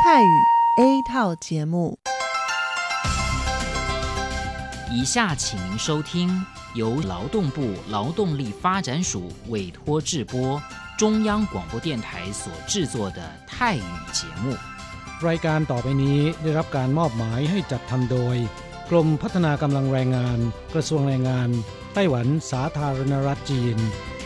泰语 A 套节目。 以下请您收听由劳动部劳动力发展署委托制播中央广播电台所制作的泰语节目。 รายการต่อไปนี้ได้รับการมอบหมายให้จัดทำโดยกรมพัฒนากำลังแรงงานกระทรวงแรงงานไต้หวันสาธารณรัฐจีน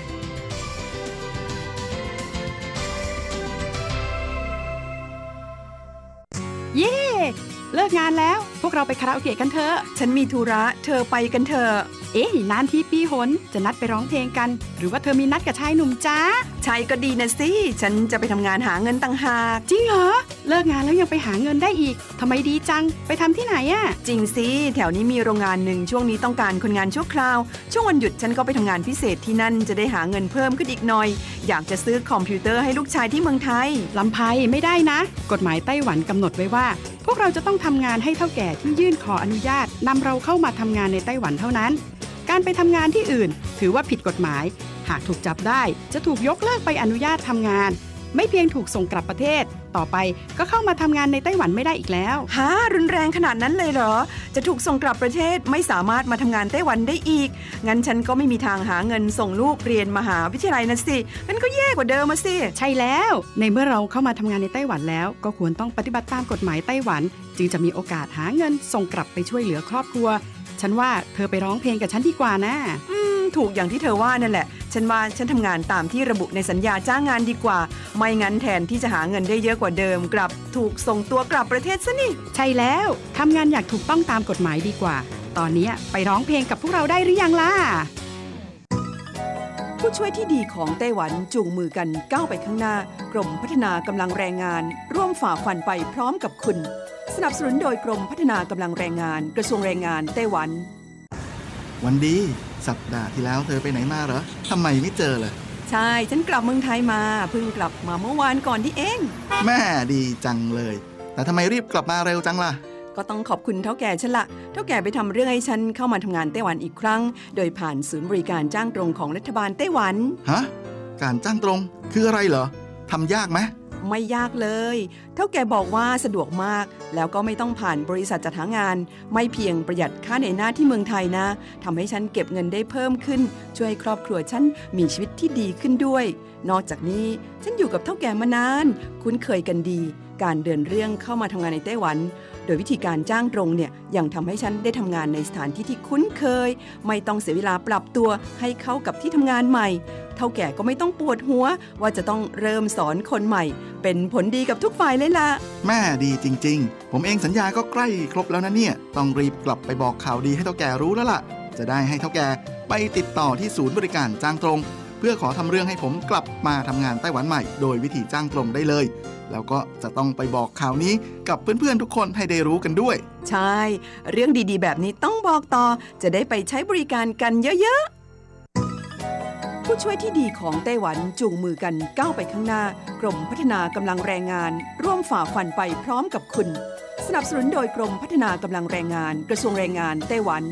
เย้เลิกงานแล้วพวกเราไปคาราโอเกะกันเถอะฉันมีธุระเธอไปกันเถอะเอ๊ะนานทีปีหนจะนัดไปร้องเพลงกันหรือว่าเธอมีนัดกับชายหนุ่มจ้าชายก็ดีนะสิฉันจะไปทำงานหาเงินต่างหากจริงเหรอเลิกงานแล้วยังไปหาเงินได้อีกทำไมดีจังไปทำที่ไหนอะจริงสิแถวนี้มีโรงงานหนึ่งช่วงนี้ต้องการคนงานชั่วคราวช่วงวันหยุดฉันก็ไปทำงานพิเศษที่นั่นจะได้หาเงินเพิ่มขึ้นอีกหน่อยอยากจะซื้อคอมพิวเตอร์ให้ลูกชายที่เมืองไทยลำไพไม่ได้นะกฎหมายไต้หวันกำหนดไว้ว่าพวกเราจะต้องทำงานให้เฒ่าแก่ที่ยื่นขออนุญาตนำเราเข้ามาทำงานในไต้หวันเท่านั้นการไปทำงานที่อื่นถือว่าผิดกฎหมายหากถูกจับได้จะถูกยกเลิกใบอนุญาตทำงานไม่เพียงถูกส่งกลับประเทศต่อไปก็เข้ามาทำงานในไต้หวันไม่ได้อีกแล้วฮะรุนแรงขนาดนั้นเลยเหรอจะถูกส่งกลับประเทศไม่สามารถมาทำงานไต้หวันได้อีกงั้นฉันก็ไม่มีทางหาเงินส่งลูกเรียนมหาวิทยาลัยนะสิงั้นก็แย่กว่าเดิมมาสิใช่แล้วในเมื่อเราเข้ามาทำงานในไต้หวันแล้วก็ควรต้องปฏิบัติตามกฎหมายไต้หวันจึงจะมีโอกาสหาเงินส่งกลับไปช่วยเหลือครอบครัวฉันว่าเธอไปร้องเพลงกับฉันดีกว่านะถูกอย่างที่เธอว่านั่นแหละฉันว่าฉันทำงานตามที่ระบุในสัญญาจ้างงานดีกว่าไม่งั้นแทนที่จะหาเงินได้เยอะกว่าเดิมกลับถูกส่งตัวกลับประเทศซะนี่ใช่แล้วทำงานอยากถูกต้องตามกฎหมายดีกว่าตอนนี้ไปร้องเพลงกับพวกเราได้หรือยังล่ะผู้ช่วยที่ดีของไต้หวันจูงมือกันก้าวไปข้างหน้ากรมพัฒนากำลังแรงงานร่วมฝ่าฟันไปพร้อมกับคุณสนับสนุนโดยกรมพัฒนากำลังแรงงานกระทรวงแรงงานไต้หวันวันดีสัปดาห์ที่แล้วเธอไปไหนมาเหรอทำไมไม่เจอเลยใช่ฉันกลับเมืองไทยมาเพิ่งกลับมาเมื่อวานก่อนที่เองแม่ดีจังเลยแต่ทำไมรีบกลับมาเร็วจังล่ะก็ต้องขอบคุณเฒ่าแก่ฉันละเฒ่าแก่ไปทำเรื่องให้ฉันเข้ามาทำงานไต้หวันอีกครั้งโดยผ่านศูนย์บริการจ้างตรงของรัฐบาลไต้หวันฮะการจ้างตรงคืออะไรเหรอทำยากไหมไม่ยากเลยเฒ่าแก่บอกว่าสะดวกมากแล้วก็ไม่ต้องผ่านบริษัทจัดหางานไม่เพียงประหยัดค่าเหนื่อยหน้าที่เมืองไทยนะทำให้ฉันเก็บเงินได้เพิ่มขึ้นช่วยให้ครอบครัวฉันมีชีวิตที่ดีขึ้นด้วยนอกจากนี้ฉันอยู่กับเฒ่าแก่มานานคุ้นเคยกันดีการเดินเรื่องเข้ามาทำงานในไต้หวันโดยวิธีการจ้างตรงเนี่ยยังทำให้ฉันได้ทำงานในสถานที่ที่คุ้นเคยไม่ต้องเสียเวลาปรับตัวให้เข้ากับที่ทำงานใหม่เฒ่าแก่ก็ไม่ต้องปวดหัวว่าจะต้องเริ่มสอนคนใหม่เป็นผลดีกับทุกฝ่ายเลยล่ะแม่ดีจริงๆผมเองสัญญาก็ใกล้ครบแล้วนะเนี่ยต้องรีบกลับไปบอกข่าวดีให้เฒ่าแก่รู้แล้วล่ะจะได้ให้เฒ่าแก่ไปติดต่อที่ศูนย์บริการจ้างตรงเพื่อขอทำเรื่องให้ผมกลับมาทำงานไต้หวันใหม่โดยวิธีจ้างตรงได้เลยแล้วก็จะต้องไปบอกข่าวนี้กับเพื่อนๆทุกคนให้ได้รู้กันด้วยใช่เรื่องดีๆแบบนี้ต้องบอกต่อจะได้ไปใช้บริการกันเยอะๆผู้ช่วยที่ดีของไต้หวันจูงมือกันก้าวไปข้างหน้ากรมพัฒนากำลังแรงงานร่วมฝ่าฟันไปพร้อมกับคุณสนับสนุนโดยกรมพัฒนากำลังแรงงานกระทรวงแรงงานไต้หวัน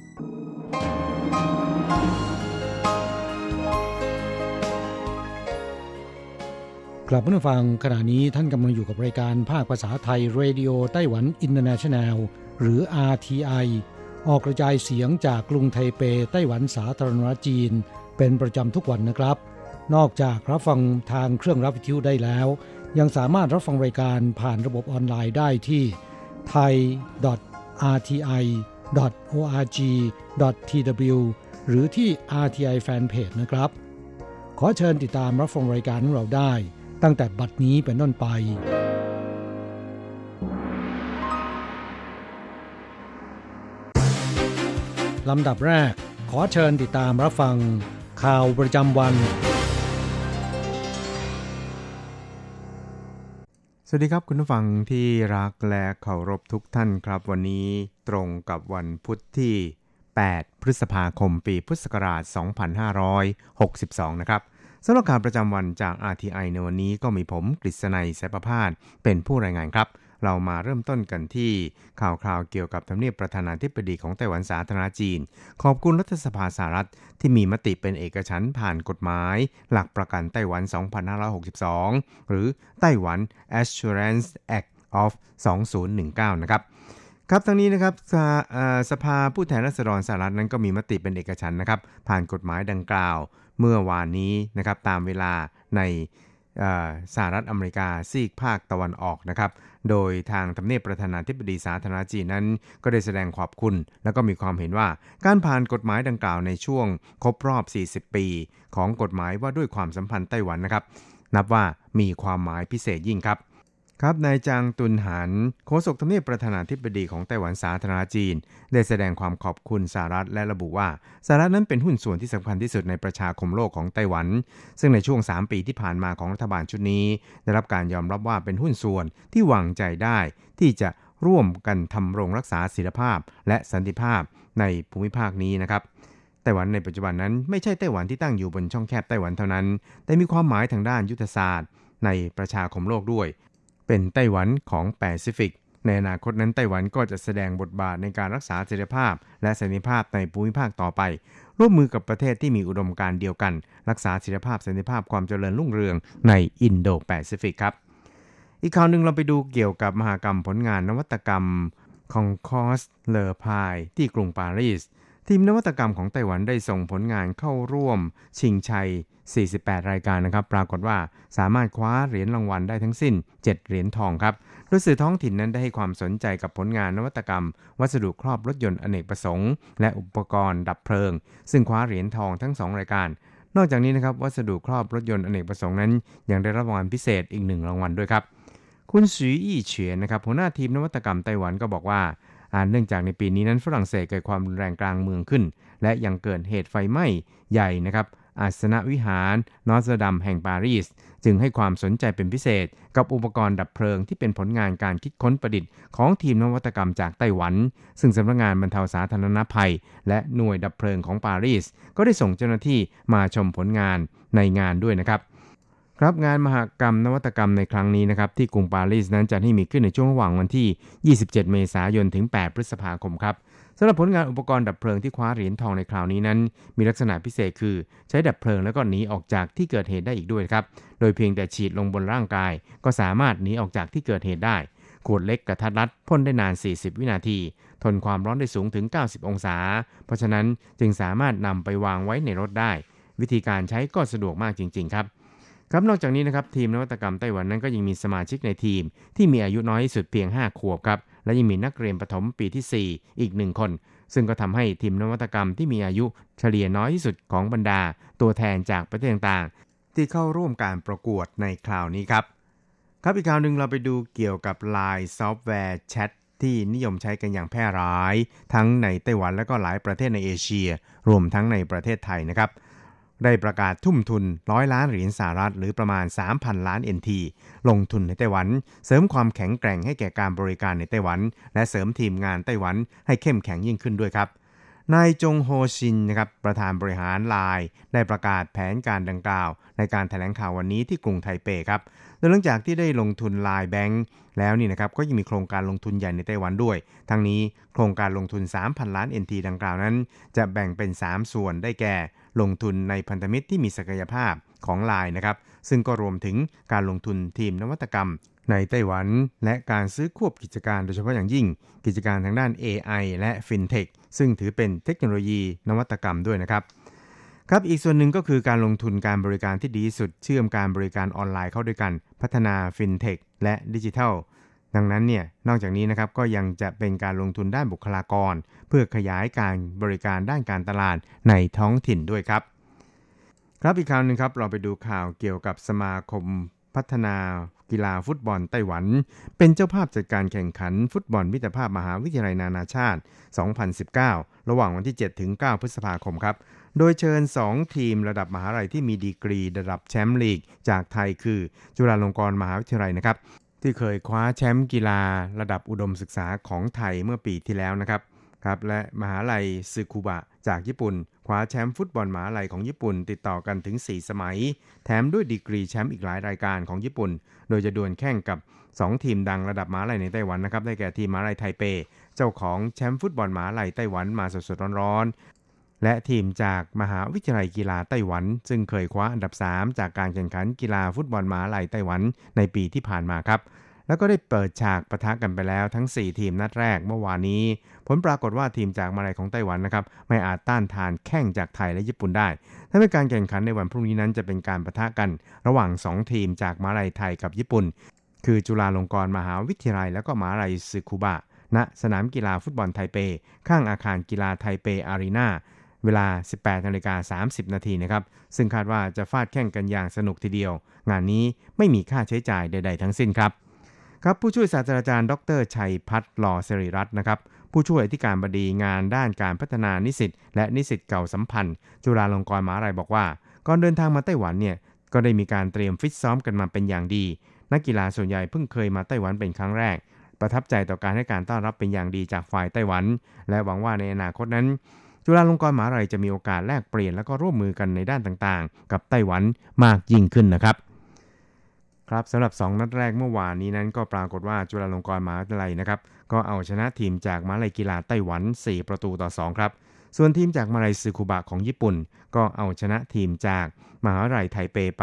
กลับมาฟังขณะนี้ท่านกำลังอยู่กับรายการภาคภาษาไทยเรดิโอไต้หวันอินเตอร์เนชั่นแนลหรือ RTI ออกกระจายเสียงจากกรุงไทเปไต้หวันสาธารณรัฐจีนเป็นประจำทุกวันนะครับนอกจากรับฟังทางเครื่องรับวิทยุได้แล้วยังสามารถรับฟังรายการผ่านระบบออนไลน์ได้ที่ thai.rti.org.tw หรือที่ RTI Fanpage นะครับขอเชิญติดตามรับฟังรายการของเราได้ตั้งแต่บัดนี้เป็นต้นไปลำดับแรกขอเชิญติดตามรับฟังข่าวประจำวันสวัสดีครับคุณผู้ฟังที่รักและเคารพทุกท่านครับวันนี้ตรงกับวันพุธที่8พฤษภาคมปีพุทธศักราช2562นะครับสำหรับข่าวประจำวันจาก RTI ในวันนี้ก็มีผมกฤษณัยสายประพาสเป็นผู้รายงานครับเรามาเริ่มต้นกันที่ข่าวคราวเกี่ยวกับทำเนียบประธานาธิบดีของไต้หวันสาธารณรัฐจีนขอบคุณรัฐสภาสหรัฐที่มีมติเป็นเอกฉันท์ผ่านกฎหมายหลักประกันไต้หวัน 2562 หรือไต้หวัน Assurance Act of 2019นะครับครับทั้งนี้นะครับสภาผู้แทนราษฎรสหรัฐนั้นก็มีมติเป็นเอกฉันท์นะครับผ่านกฎหมายดังกล่าวเมื่อวานนี้นะครับตามเวลาในสหรัฐอเมริกาซีกภาคตะวันออกนะครับโดยทางทำเนียบประธานาธิบดีสาธารณรัฐจีนนั้นก็ได้แสดงขอบคุณแล้วก็มีความเห็นว่าการผ่านกฎหมายดังกล่าวในช่วงครบรอบ40ปีของกฎหมายว่าด้วยความสัมพันธ์ไต้หวันนะครับนับว่ามีความหมายพิเศษยิ่งครับนายจางตุนหันโฆษกทำเนียบประธานาธิบดีของไต้หวันสาธารณรัฐจีนได้แสดงความขอบคุณสหรัฐและระบุว่าสหรัฐนั้นเป็นหุ้นส่วนที่สำคัญที่สุดในประชาคมโลกของไต้หวันซึ่งในช่วง3ปีที่ผ่านมาของรัฐบาลชุดนี้ได้รับการยอมรับว่าเป็นหุ้นส่วนที่วางใจได้ที่จะร่วมกันทำรงรักษาเสถียรภาพและสันติภาพในภูมิภาคนี้นะครับไต้หวันในปัจจุบันนั้นไม่ใช่ไต้หวันที่ตั้งอยู่บนช่องแคบไต้หวันเท่านั้นแต่มีความหมายทางด้านยุทธศาสตร์ในประชาคมโลกด้วยเป็นไต้หวันของแปซิฟิกในอนาคตนั้นไต้หวันก็จะแสดงบทบาทในการรักษาเสถียรภาพและสันติภาพในภูมิภาคต่อไปร่วมมือกับประเทศที่มีอุดมการณ์เดียวกันรักษาเสถียรภาพสันติภาพความเจริญรุ่งเรืองในอินโดแปซิฟิกครับอีกข่าวนึงเราไปดูเกี่ยวกับมหกรรมผลงานนวัตกรรมของคอสเลอพายที่กรุงปารีสทีมนวัตกรรมของไต้หวันได้ส่งผลงานเข้าร่วมชิงชัย48รายการนะครับปรากฏว่าสามารถคว้าเหรียญรางวัลได้ทั้งสิ้น7เหรียญทองครับโดยสื่อท้องถิ่นนั้นได้ให้ความสนใจกับผลงานนวัตกรรมวัสดุครอบรถยนต์อเนกประสงค์และอุปกรณ์ดับเพลิงซึ่งคว้าเหรียญทองทั้ง2รายการนอกจากนี้นะครับวัสดุครอบรถยนต์อเนกประสงค์นั้นยังได้รับรางวัลพิเศษอีก1รางวัลด้วยครับคุณซืออี้เฉียนนะครับหัวหน้าทีมนวัตกรรมไต้หวันก็บอกว่าเนื่องจากในปีนี้นั้นฝรั่งเศสเกิดความรุนแรงกลางเมืองขึ้นและยังเกิดเหตุไฟไหม้ใหญ่นะครับอาสนะวิหารนอตเตอร์ดัมแห่งปารีสจึงให้ความสนใจเป็นพิเศษกับอุปกรณ์ดับเพลิงที่เป็นผลงานการคิดค้นประดิษฐ์ของทีมนวัตกรรมจากไต้หวันซึ่งสำนักงานบรรเทาสาธารณภัยและหน่วยดับเพลิงของปารีสก็ได้ส่งเจ้าหน้าที่มาชมผลงานในงานด้วยนะครับงานมหกรรมนวัตกรรมในครั้งนี้นะครับที่กรุงปารีสนั้นจัดให้มีขึ้นในช่วงระหว่างวันที่27เมษายนถึง8พฤษภาคมครับสำหรับผลงานอุปกรณ์ดับเพลิงที่คว้าเหรียญทองในคราวนี้นั้นมีลักษณะพิเศษคือใช้ดับเพลิงแล้วก็หนีออกจากที่เกิดเหตุได้อีกด้วยครับโดยเพียงแต่ฉีดลงบนร่างกายก็สามารถหนีออกจากที่เกิดเหตุได้ขวดเล็กกระทัดรัดพ่นได้นาน40วินาทีทนความร้อนได้สูงถึง90องศาเพราะฉะนั้นจึงสามารถนำไปวางไว้ในรถได้วิธีการใช้ก็สะดวกมากจริงๆครับนอกจากนี้นะครับทีมนวัตกรรมไต้หวันนั้นก็ยังมีสมาชิกในทีมที่มีอายุน้อยที่สุดเพียง5ขวบครับและยังมีนักเรียนประถมปีที่4อีก1คนซึ่งก็ทำให้ทีมนวัตกรรมที่มีอายุเฉลี่ยน้อยที่สุดของบรรดาตัวแทนจากประเทศต่างๆที่เข้าร่วมการประกวดในคราวนี้ครับอีกข่าวนึงเราไปดูเกี่ยวกับ LINE ซอฟต์แวร์แชทที่นิยมใช้กันอย่างแพร่หลายทั้งในไต้หวันและก็หลายประเทศในเอเชียรวมทั้งในประเทศไทยนะครับได้ประกาศทุ่มทุน100ล้านเหรียญสหรัฐหรือประมาณ 3,000 ล้าน NT ลงทุนในไต้หวันเสริมความแข็งแกร่งให้แก่การบริการในไต้หวันและเสริมทีมงานไต้หวันให้เข้มแข็งยิ่งขึ้นด้วยครับนายจงโฮชินนะครับประธานบริหาร LINE ได้ประกาศแผนการดังกล่าวในการแถลงข่าววันนี้ที่กรุงไทเปครับโดยหลังจากที่ได้ลงทุน LINE Bank แล้วนี่นะครับก็ยังมีโครงการลงทุนใหญ่ในไต้หวันด้วยทั้งนี้โครงการลงทุน 3,000 ล้าน NT ดังกล่าวนั้นจะแบ่งเป็น3ส่วนได้แก่ลงทุนในพันธมิตรที่มีศักยภาพของ LINE นะครับซึ่งก็รวมถึงการลงทุนทีมนวัตกรรมในไต้หวันและการซื้อควบกิจการโดยเฉพาะอย่างยิ่งกิจการทางด้าน AI และ FinTech ซึ่งถือเป็นเทคโนโลยีนวัตกรรมด้วยนะครับอีกส่วนหนึ่งก็คือการลงทุนการบริการที่ดีที่สุดเชื่อมการบริการออนไลน์เข้าด้วยกันพัฒนา FinTech และดิจิทัลดังนั้นเนี่ยนอกจากนี้นะครับก็ยังจะเป็นการลงทุนด้านบุคลากรเพื่อขยายการบริการด้านการตลาดในท้องถิ่นด้วยครับอีกข่าวนึงครับเราไปดูข่าวเกี่ยวกับสมาคมพัฒนากีฬาฟุตบอลไต้หวันเป็นเจ้าภาพจัดการแข่งขันฟุตบอลมิตรภาพมหาวิทยาลัยนานาชาติ 2019 ระหว่างวันที่ 7-9 พฤษภาคมครับโดยเชิญ2ทีมระดับมหาวิทยาลัยที่มีดีกรีระดับแชมป์ลีกจากไทยคือจุฬาลงกรณ์มหาวิทยาลัยนะครับที่เคยคว้าแชมป์กีฬาระดับอุดมศึกษาของไทยเมื่อปีที่แล้วนะครับและมหาวิทยาลัยซึคุบะจากญี่ปุ่นคว้าแชมป์ฟุตบอลมหาวิทยาลัยของญี่ปุ่นติดต่อกันถึง4สมัยแถมด้วยดีกรีแชมป์อีกหลายรายการของญี่ปุ่นโดยจะดวลแข่งกับ2ทีมดังระดับมหาวิทยาลัยในไต้หวันนะครับได้แก่ทีมมหาวิทยาลัยไทเปเจ้าของแชมป์ฟุตบอลมหาวิทยาลัยไต้หวันมาสดๆร้อนๆและทีมจากมหาวิทยาลัยกีฬาไต้หวันซึ่งเคยคว้าอันดับ3จากการแข่งขันกีฬาฟุตบอลมหาวิทยาลัยไต้หวันในปีที่ผ่านมาครับแล้วก็ได้เปิดฉากปะทะกันไปแล้วทั้ง4ทีมนัดแรกเมื่อวานนี้ผลปรากฏว่าทีมจากมาลัยของไต้หวันนะครับไม่อาจต้านทานแข้งจากไทยและญี่ปุ่นได้ทำให้การแข่งขันในวันพรุ่งนี้นั้นจะเป็นการปะทะกันระหว่าง2ทีมจากมาลัยไทยกับญี่ปุ่นคือจุฬาลงกรณ์มหาวิทยาลัยและก็มหาวิทยาลัยซึคุบะณสนามกีฬาฟุตบอลไทเปข้างอาคารกีฬาไทเปอารีนาเวลา 18:30 น.นะครับซึ่งคาดว่าจะฟาดแข่งกันอย่างสนุกทีเดียวงานนี้ไม่มีค่าใช้จ่ายใดๆทั้งสิ้นครับผู้ช่วยศาสตราจารย์ดร.ชัยพัฒน์หล่อสิริรัตน์นะครับผู้ช่วยอธิการบดีงานด้านการพัฒนานิสิตและนิสิตเก่าสัมพันธ์จุฬาลงกรณ์มหาวิทยาลัยบอกว่าก่อนเดินทางมาไต้หวันเนี่ยก็ได้มีการเตรียมฟิตซ้อมกันมาเป็นอย่างดีนักกีฬาส่วนใหญ่เพิ่งเคยมาไต้หวันเป็นครั้งแรกประทับใจต่อการให้การต้อนรับเป็นอย่างดีจากฝ่ายไต้หวันและหวังว่าในอนาคตนั้นจุฬาลงกรณ์มหาวิทยาลัยจะมีโอกาสแลกเปลี่ยนและก็ร่วมมือกันในด้านต่างๆกับไต้หวันมากยิ่งขึ้นนะครับครับสำหรับ2นัดแรกเมื่อวานนี้นั้นก็ปรากฏว่าจุฬาลงกรณ์มหาวิทยาลัยนะครับก็เอาชนะทีมจากมหาวิทยาลัยกีฬาไต้หวัน4-2ครับส่วนทีมจากมหาวิทยาลัยซึคุบะของญี่ปุ่นก็เอาชนะทีมจากมหาวิทยาลัยไทเปไป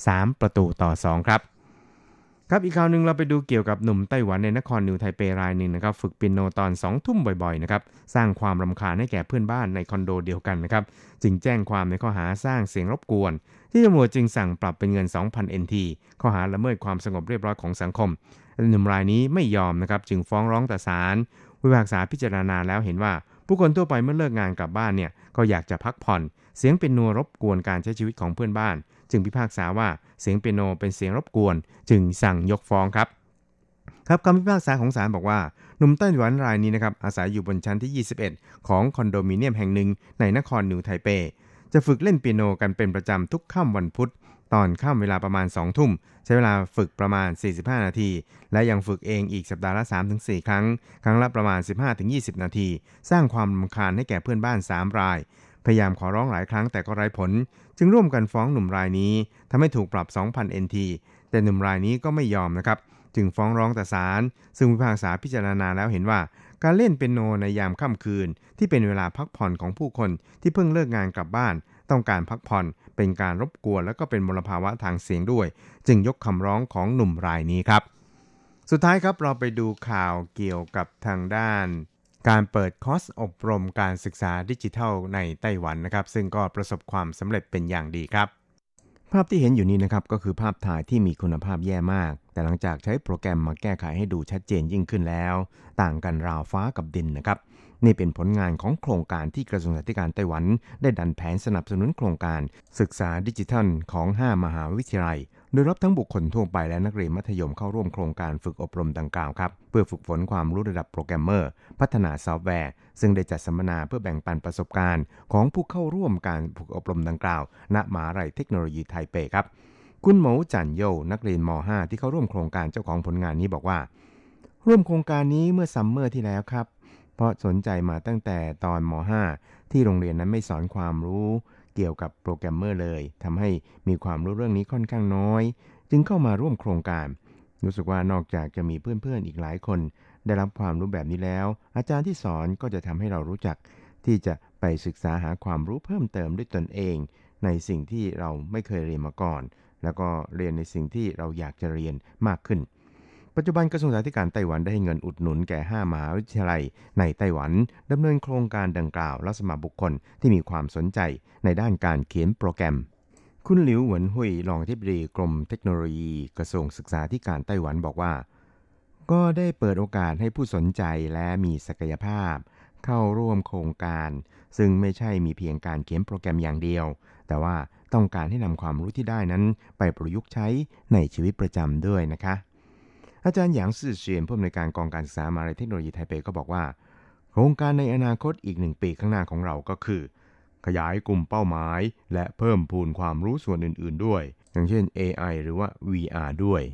3-2ครับอีกข่าวนึงเราไปดูเกี่ยวกับหนุ่มไต้หวันในนครนิวไทเปรายหนึ่งนะครับฝึกเปียโนตอน 20:00 นบ่อยๆนะครับสร้างความรำคาญให้แก่เพื่อนบ้านในคอนโดเดียวกันนะครับจึงแจ้งความในข้อหาสร้างเสียงรบกวนที่ตำรวจจึงสั่งปรับเป็นเงิน 2,000 NT ข้อหาละเมิดความสงบเรียบร้อยของสังคมหนุ่มรายนี้ไม่ยอมนะครับจึงฟ้องร้องต่อศาลผู้พิพากษาพิจารณาแล้วเห็นว่าผู้คนทั่วไปเมื่อเลิกงานกลับบ้านเนี่ยก็อยากจะพักผ่อนเสียงเปียโนรบกวนการใช้ชีวิตของเพื่อนบ้านจึงพิพากษาว่าเสียงเปียโนเป็นเสียงรบกวนจึงสั่งยกฟ้องครับคำพิพากษาของศาลบอกว่าหนุ่มไต้หวันรายนี้นะครับอาศัยอยู่บนชั้นที่21ของคอนโดมิเนียมแห่งหนึ่งในนครนิวไทเปจะฝึกเล่นเปียโนกันเป็นประจำทุกค่ำวันพุธตอนค่ำเวลาประมาณ 20:00 นใช้เวลาฝึกประมาณ45นาทีและยังฝึกเองอีกสัปดาห์ละ 3-4 ครั้งครั้งละประมาณ 15-20 นาทีสร้างความรำคาญให้แก่เพื่อนบ้าน3รายพยายามขอร้องหลายครั้งแต่ก็ไร้ผลจึงร่วมกันฟ้องหนุ่มรายนี้ทำให้ถูกปรับ 2,000 NT แต่หนุ่มรายนี้ก็ไม่ยอมนะครับจึงฟ้องร้องต่อศาลซึ่งผู้พิพากษาพิจารณาแล้วเห็นว่าการเล่นเปียโนในยามค่ำคืนที่เป็นเวลาพักผ่อนของผู้คนที่เพิ่งเลิกงานกลับบ้านต้องการพักผ่อนเป็นการรบกวนและก็เป็นมลภาวะทางเสียงด้วยจึงยกคำร้องของหนุ่มรายนี้ครับสุดท้ายครับเราไปดูข่าวเกี่ยวกับทางด้านการเปิดคอร์สอบรมการศึกษาดิจิทัลในไต้หวันนะครับซึ่งก็ประสบความสำเร็จเป็นอย่างดีครับภาพที่เห็นอยู่นี้นะครับก็คือภาพถ่ายที่มีคุณภาพแย่มากแต่หลังจากใช้โปรแกรมมาแก้ไขให้ดูชัดเจนยิ่งขึ้นแล้วต่างกันราวฟ้ากับดินนะครับนี่เป็นผลงานของโครงการที่กระทรวงศึกษาธิการไต้หวันได้ดันแผนสนับสนุนโครงการศึกษาดิจิทัลของ5มหาวิทยาลัยโดยรับทั้งบุคคลทั่วไปและนักเรียนมัธยมเข้าร่วมโครงการฝึกอบรมดังกล่าวครับเพื่อฝึกฝนความรู้ระดับโปรแกรมเมอร์พัฒนาซอฟต์แวร์ซึ่งได้จัดสัมมนาเพื่อแบ่งปันประสบการณ์ของผู้เข้าร่วมการฝึกอบรมดังกล่าวณมหาวิทยาลัยเทคโนโลยีไทเปครับคุณหมูจันโยนักเรียนม.5 ที่เข้าร่วมโครงการเจ้าของผลงานนี้บอกว่าร่วมโครงการนี้เมื่อซัมเมอร์ที่แล้วครับเพราะสนใจมาตั้งแต่ตอนม.5 ที่โรงเรียนนั้นไม่สอนความรู้เกี่ยวกับโปรแกรมเมอร์เลยทำให้มีความรู้เรื่องนี้ค่อนข้างน้อยจึงเข้ามาร่วมโครงการรู้สึกว่านอกจากจะมีเพื่อนๆอีกหลายคนได้รับความรู้แบบนี้แล้วอาจารย์ที่สอนก็จะทำให้เรารู้จักที่จะไปศึกษาหาความรู้เพิ่มเติมด้วยตนเองในสิ่งที่เราไม่เคยเรียนมาก่อนแล้วก็เรียนในสิ่งที่เราอยากจะเรียนมากขึ้นปัจจุบันกระทรวงศึกษาธิการไต้หวันได้ให้เงินอุดหนุนแก่5มหาวิทยาลัยในไต้หวันดำเนินโครงการดังกล่าวรับสมัครบุคคลที่มีความสนใจในด้านการเขียนโปรแกรมคุณหลิวเหวินหุยรองอธิบดีกรมเทคโนโลยีกระทรวงศึกษาธิการไต้หวันบอกว่าก็ได้เปิดโอกาสให้ผู้สนใจและมีศักยภาพเข้าร่วมโครงการซึ่งไม่ใช่มีเพียงการเขียนโปรแกรมอย่างเดียวแต่ว่าต้องการให้นำความรู้ที่ได้นั้นไปประยุกต์ใช้ในชีวิตประจำด้วยนะคะอาจารย์หยางซื่อเฉียนผู้อำนวยการกองการศึกษามหาวิทยาลัยเทคโนโลยีไทเปก็บอกว่าโครงการในอนาคตอีก1 ปีข้างหน้าของเราก็คือขยายกลุ่มเป้าหมายและเพิ่มพูนความรู้ส่วนอื่นๆด้วยอย่างเช่น AI หรือว่า VR ด้วย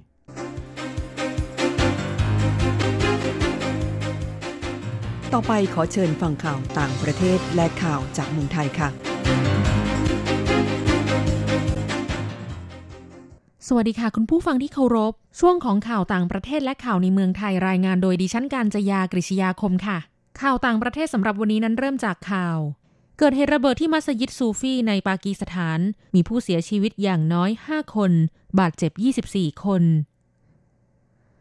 ต่อไปขอเชิญฟังข่าวต่างประเทศและข่าวจากเมืองไทยค่ะสวัสดีค่ะคุณผู้ฟังที่เคารพช่วงของข่าวต่างประเทศและข่าวในเมืองไทยรายงานโดยดิฉันกาญจยากฤษยาคมค่ะข่าวต่างประเทศสำหรับวันนี้นั้นเริ่มจากข่าวเกิดเหตุระเบิดที่มัสยิดซูฟีในปากีสถานมีผู้เสียชีวิตอย่างน้อย5 คนบาดเจ็บ24 คน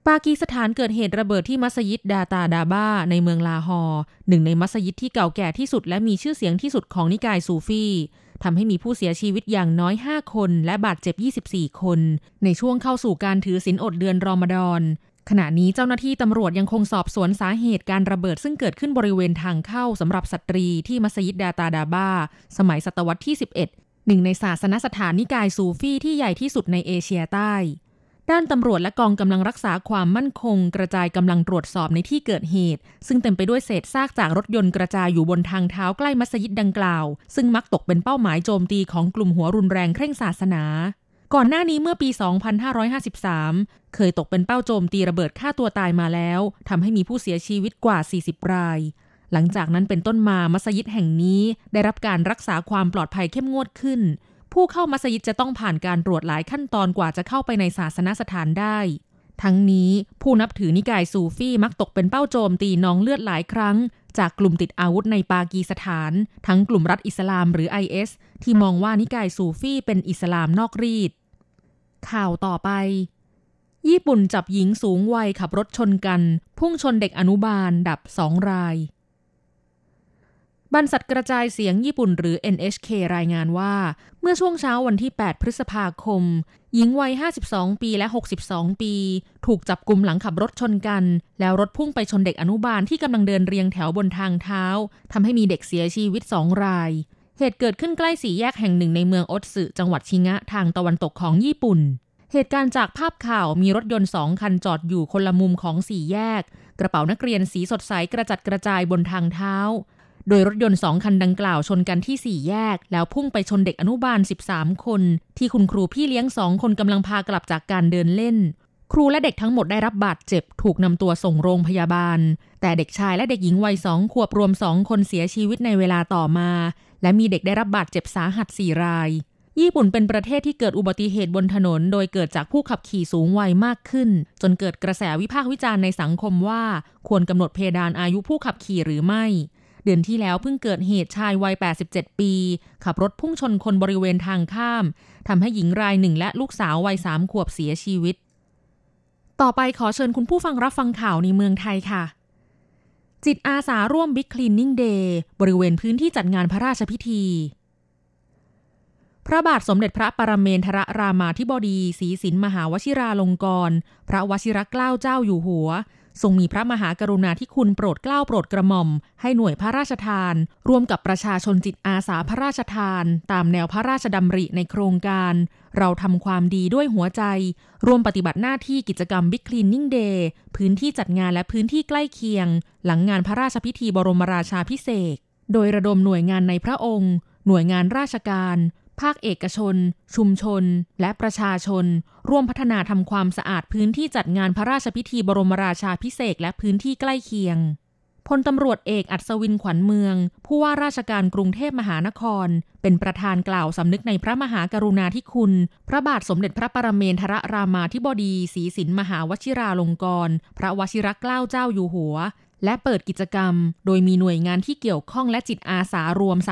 ปากีสถานเกิดเหตุระเบิดที่มัสยิดดาตาดาบ้าในเมืองลาฮอร์หนึ่งในมัสยิดที่เก่าแก่ที่สุดและมีชื่อเสียงที่สุดของนิกายซูฟีทำให้มีผู้เสียชีวิตอย่างน้อย5คนและบาดเจ็บ24คนในช่วงเข้าสู่การถือศีลอดเดือนรอมฎอนขณะนี้เจ้าหน้าที่ตำรวจยังคงสอบสวนสาเหตุการระเบิดซึ่งเกิดขึ้นบริเวณทางเข้าสำหรับสตรีที่มัสยิดดาตาดาบ้าสมัยศตวรรษที่11หนึ่งในศาสนสถานนิกายซูฟีที่ใหญ่ที่สุดในเอเชียใต้ด้านตำรวจและกองกำลังรักษาความมั่นคงกระจายกำลังตรวจสอบในที่เกิดเหตุซึ่งเต็มไปด้วยเศษซากจากรถยนต์กระจายอยู่บนทางเท้าใกล้มัสยิดดังกล่าวซึ่งมักตกเป็นเป้าหมายโจมตีของกลุ่มหัวรุนแรงเคร่งศาสนาก่อนหน้านี้เมื่อปี 2553 เคยตกเป็นเป้าโจมตีระเบิดฆ่าตัวตายมาแล้วทำให้มีผู้เสียชีวิตกว่า40รายหลังจากนั้นเป็นต้นมามัสยิดแห่งนี้ได้รับการรักษาความปลอดภัยเข้มงวดขึ้นผู้เข้ามัสยิดจะต้องผ่านการตรวจหลายขั้นตอนกว่าจะเข้าไปในศาสนสถานได้ทั้งนี้ผู้นับถือนิกายซูฟีมักตกเป็นเป้าโจมตีนองเลือดหลายครั้งจากกลุ่มติดอาวุธในปากีสถานทั้งกลุ่มรัฐอิสลามหรือ IS ที่มองว่านิกายซูฟีเป็นอิสลามนอกรีดข่าวต่อไปญี่ปุ่นจับหญิงสูงวัยขับรถชนกันพุ่งชนเด็กอนุบาลดับ2รายบรรษัทกระจายเสียงญี่ปุ่นหรือ NHK รายงานว่าเมื่อช่วงเช้าวันที่8พฤษภาคมหญิงวัย52ปีและ62ปีถูกจับกุมหลังขับรถชนกันแล้วรถพุ่งไปชนเด็กอนุบาลที่กำลังเดินเรียงแถวบนทางเท้าทำให้มีเด็กเสียชีวิต2รายเหตุเกิดขึ้นใกล้สี่แยกแห่งหนึ่งในเมืองโอตสึจังหวัดชิงะทางตะวันตกของญี่ปุ่นเหตุการณ์จากภาพข่าวมีรถยนต์2คันจอดอยู่คนละมุมของสี่แยกกระเป๋านักเรียนสีสดใสกระจัดกระจายบนทางเท้าโดยรถยนต์2คันดังกล่าวชนกันที่4แยกแล้วพุ่งไปชนเด็กอนุบาล13คนที่คุณครูพี่เลี้ยง2คนกำลังพากลับจากการเดินเล่นครูและเด็กทั้งหมดได้รับบาดเจ็บถูกนำตัวส่งโรงพยาบาลแต่เด็กชายและเด็กหญิงวัย2ขวบรวม2คนเสียชีวิตในเวลาต่อมาและมีเด็กได้รับบาดเจ็บสาหัส4รายญี่ปุ่นเป็นประเทศที่เกิดอุบัติเหตุบนถนนโดยเกิดจากผู้ขับขี่สูงวัยมากขึ้นจนเกิดกระแสวิพากษ์วิจารณ์ในสังคมว่าควรกำหนดเพดานอายุผู้ขับขี่หรือไม่เดือนที่แล้วเพิ่งเกิดเหตุชายวัย87ปีขับรถพุ่งชนคนบริเวณทางข้ามทำให้หญิงรายหนึ่งและลูกสาววัย3ขวบเสียชีวิตต่อไปขอเชิญคุณผู้ฟังรับฟังข่าวในเมืองไทยค่ะจิตอาสาร่วม Big Cleaning Day บริเวณพื้นที่จัดงานพระราชพิธีพระบาทสมเด็จพระปรเมนทรรามาธิบดีศรีสินมหาวชิราลงกรณ์พระวชิรเกล้าเจ้าอยู่หัวทรงมีพระมหากรุณาธิคุณโปรดเกล้าโปรดกระหม่อมให้หน่วยพระราชทานร่วมกับประชาชนจิตอาสาพระราชทานตามแนวพระราชดำริในโครงการเราทำความดีด้วยหัวใจร่วมปฏิบัติหน้าที่กิจกรรม Big Cleaning Day พื้นที่จัดงานและพื้นที่ใกล้เคียงหลังงานพระราชพิธีบรมราชาภิเษกโดยระดมหน่วยงานในพระองค์หน่วยงานราชการภาคเอกชนชุมชนและประชาชนร่วมพัฒนาทำความสะอาดพื้นที่จัดงานพระราชพิธีบรมราชาภิเษกและพื้นที่ใกล้เคียงพลตำรวจเอกอัศวินขวัญเมืองผู้ว่าราชการกรุงเทพมหานครเป็นประธานกล่าวสำนึกในพระมหากรุณาธิคุณพระบาทสมเด็จพระปรเมนทรรามาธิบดีศรีสินมหาวชิราลงกรณ์พระวชิรเกล้าเจ้าอยู่หัวและเปิดกิจกรรมโดยมีหน่วยงานที่เกี่ยวข้องและจิตอาสารวม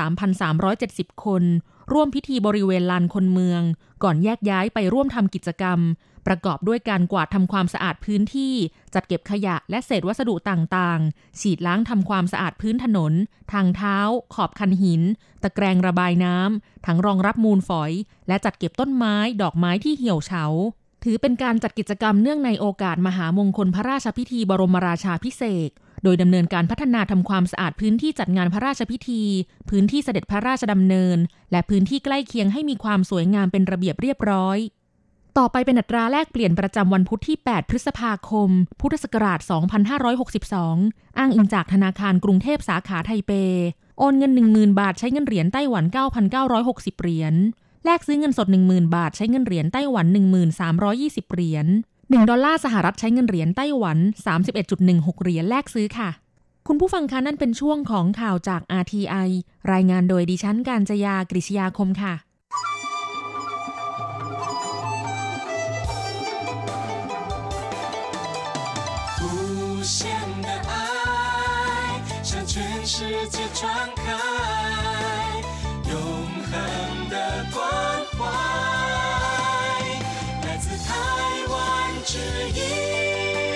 3,370 คนร่วมพิธีบริเวณลานคนเมืองก่อนแยกย้ายไปร่วมทำกิจกรรมประกอบด้วยการกวาดทำความสะอาดพื้นที่จัดเก็บขยะและเศษวัสดุต่างๆฉีดล้างทำความสะอาดพื้นถนนทางเท้าขอบคันหินตะแกรงระบายน้ำทั้งรองรับมูลฝอยและจัดเก็บต้นไม้ดอกไม้ที่เหี่ยวเฉาถือเป็นการจัดกิจกรรมเนื่องในโอกาสมหามงคลพระราชพิธีบรมราชาภิเษกโดยดำเนินการพัฒนาทำความสะอาดพื้นที่จัดงานพระราชพิธีพื้นที่เสด็จพระราชดำเนินและพื้นที่ใกล้เคียงให้มีความสวยงามเป็นระเบียบเรียบร้อยต่อไปเป็นอัตราแลกเปลี่ยนประจำวันพุธที่8พฤษภาคมพุทธศักราช2562อ้างอิงจากธนาคารกรุงเทพสาขาไทเปโอนเงิน 10,000 บาทใช้เงินเหรียญไต้หวัน 9,960 เหรียญแลกซื้อเงินสด 10,000 บาทใช้เงินเหรียญไต้หวัน 1320 เหรียญ1 ดอลลาร์สหรัฐใช้เงินเหรียญไต้หวัน 31.16 เหรียญแลกซื้อค่ะคุณผู้ฟังคะนั่นเป็นช่วงของข่าวจาก RTI รายงานโดยดิฉันกาญจยากฤษยาคมค่ะ世界传开永恒的关怀来自台湾之音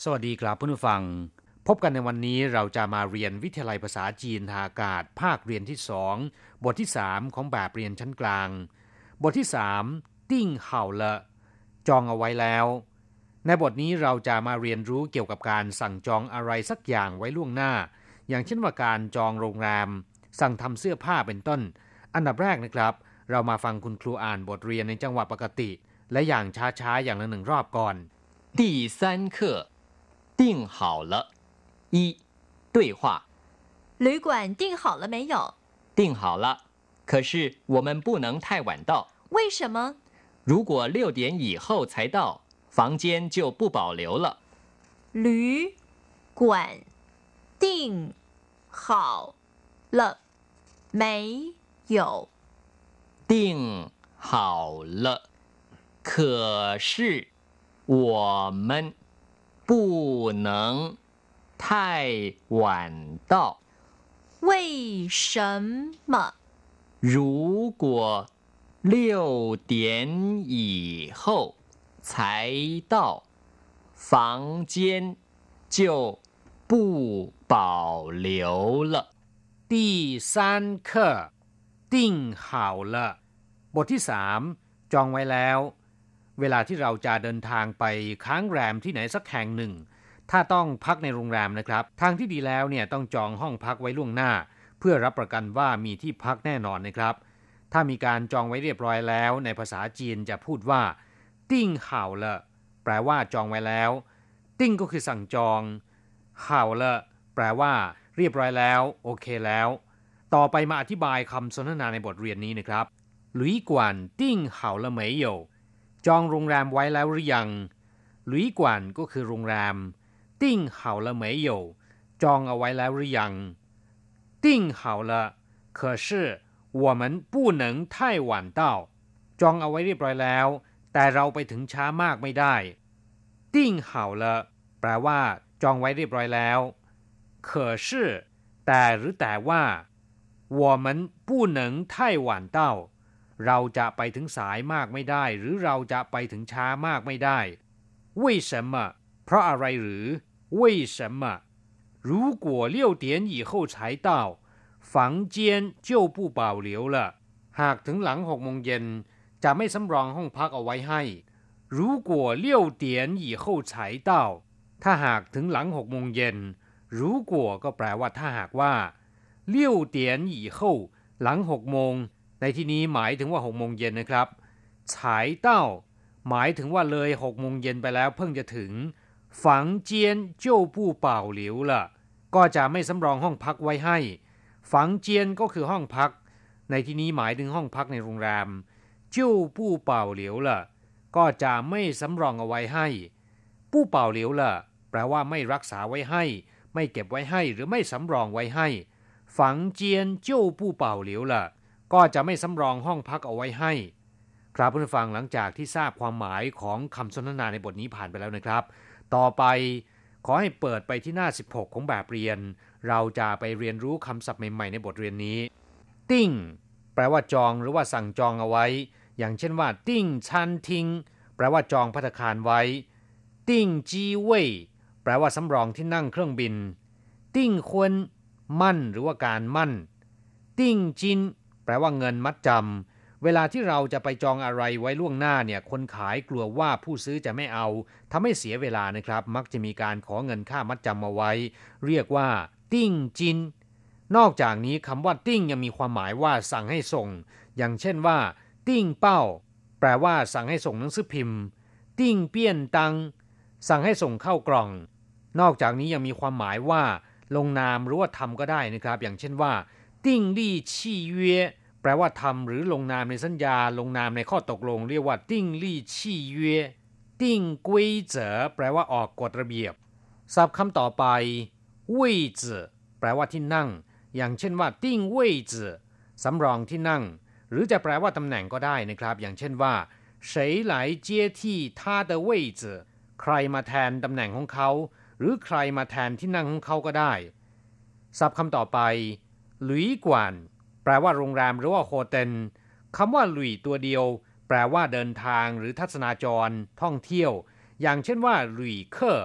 สวัสดีครับผู้ฟังพบกันในวันนี้เราจะมาเรียนวิทยาลัยภาษาจีนทางอากาศภาคเรียนที่2บทที่3ของแบบเรียนชั้นกลางบทที่3ติ้งเห่าละจองเอาไว้แล้วในบทนี้เราจะมาเรียนรู้เกี่ยวกับการสั่งจองอะไรสักอย่างไว้ล่วงหน้าอย่างเช่นว่าการจองโรงแรมสั่งทำเสื้อผ้าเป็นต้นอันดับแรกนะครับเรามาฟังคุณครูอ่านบทเรียนในจังหวะปกติและอย่างช้าๆอย่างละ1รอบก่อน第三课订好了一对话旅馆订好了没有？ 订好了，可是我们不能太晚到。 为什么？ 如果6点以后才到，房间就不保留了。 旅馆订好了没有？ 订好了，可是我们不能太晚到。 为什么？ 如果6点以后才到，房间就不保留了。 第三课订好了บทที่3จองไว้แล้วเวลาที่เราจะเดินทางไปค้างแรมที่ไหนสักแห่งหนึ่งถ้าต้องพักในโรงแรมนะครับทางที่ดีแล้วเนี่ยต้องจองห้องพักไว้ล่วงหน้าเพื่อรับประกันว่ามีที่พักแน่นอนนะครับถ้ามีการจองไว้เรียบร้อยแล้วในภาษาจีนจะพูดว่าติ้งเห่าละแปลว่าจองไว้แล้วติ้งก็คือสั่งจองเห่าละแปลว่าเรียบร้อยแล้วโอเคแล้วต่อไปมาอธิบายคำสนทนาในบทเรียนนี้นะครับ旅馆订好了没有จองโรงแรมไว้แล้วหรือยัง旅馆ก็คือโรงแรม订好了没有จองเอาไว้แล้วหรือยัง订好了可是我们不能太晚到จองเอาไว้เรียบร้อยแล้วแต่เราไปถึงช้ามากไม่ได้订好了แปลว่าจองไว้เรียบร้อยแล้ว可是แต่หรือแต่ว่า我们不能太晚到เราจะไปถึงสายมากไม่ได้หรือเราจะไปถึงช้ามากไม่ได้为什么เพราะอะไรหรือ为什么如果6点以后才到房间就不保留了หากถึงหลัง6 โมงเย็นจะไม่สำรองห้องพักเอาไว้ให้如果6点以后才到ถ้าหากถึงหลัง6 โมงเย็น如果ก็แปลว่าถ้าหากว่า6点以后หลัง6 โมงในที่นี้หมายถึงว่า6 โมงเย็นนะครับ才到หมายถึงว่าเลย6 โมงเย็นไปแล้วเพิ่งจะถึง房间就不保留了ก็จะไม่สำรองห้องพักไว้ให้房间ก็คือห้องพักในที่นี้หมายถึงห้องพักในโรงแรม就不保留了ก็จะไม่สำรองเอาไว้ให้不保留了แปลว่าไม่รักษาไว้ให้ไม่เก็บไว้ให้หรือไม่สำรองไว้ให้房间就不保留了ก็จะไม่สำรองห้องพักเอาไว้ให้ครับผู้ฟังหลังจากที่ทราบความหมายของคำสนทนาในบทนี้ผ่านไปแล้วนะครับต่อไปขอให้เปิดไปที่หน้า16ของแบบเรียนเราจะไปเรียนรู้คำศัพท์ใหม่ๆในบทเรียนนี้ติ้งแปลว่าจองหรือว่าสั่งจองเอาไว้อย่างเช่นว่าติ้งชันทิงแปลว่าจองภัตตาคารไว้ติ้งจีเว่ยแปลว่าสำรองที่นั่งเครื่องบินติ้งควนมั่นหรือว่าการมั่นติ้งจินแปลว่าเงินมัดจำเวลาที่เราจะไปจองอะไรไว้ล่วงหน้าเนี่ยคนขายกลัวว่าผู้ซื้อจะไม่เอาทำให้เสียเวลานะครับมักจะมีการขอเงินค่ามัดจำมาไว้เรียกว่าติ้งจินนอกจากนี้คำว่าติ้งยังมีความหมายว่าสั่งให้ส่งอย่างเช่นว่าติ้งเป้าแปลว่าสั่งให้ส่งหนังสือพิมพ์ติ้งเปี้ยนตังสั่งให้ส่งเข้ากล่องนอกจากนี้ยังมีความหมายว่าลงนามหรือว่าทำก็ได้นะครับอย่างเช่นว่าติ้งลี่ชี่เย่แปลว่าทำหรือลงนามในสัญญาลงนามในข้อตกลงเรียกว่าติ้งลี่ชี่เย่ติ้งกวยเจ๋อแปลว่าออกกฎระเบียบศัพท์คำต่อไปเว่ยจื่อแปลว่าที่นั่งอย่างเช่นว่าติ้งเว่ยจื่อสำรองที่นั่งหรือจะแปลว่าตำแหน่งก็ได้นะครับอย่างเช่นว่า谁来接替他的位置ใครมาแทนตำแหน่งของเขาหรือใครมาแทนที่นั่งของเขาก็ได้ศัพท์คำต่อไปหลุยกวนแปลว่าโรงแรมหรือว่าโฮเทลคำว่าหลุยตัวเดียวแปลว่าเดินทางหรือทัศนาจรท่องเที่ยวอย่างเช่นว่าหลุยเคอร์แ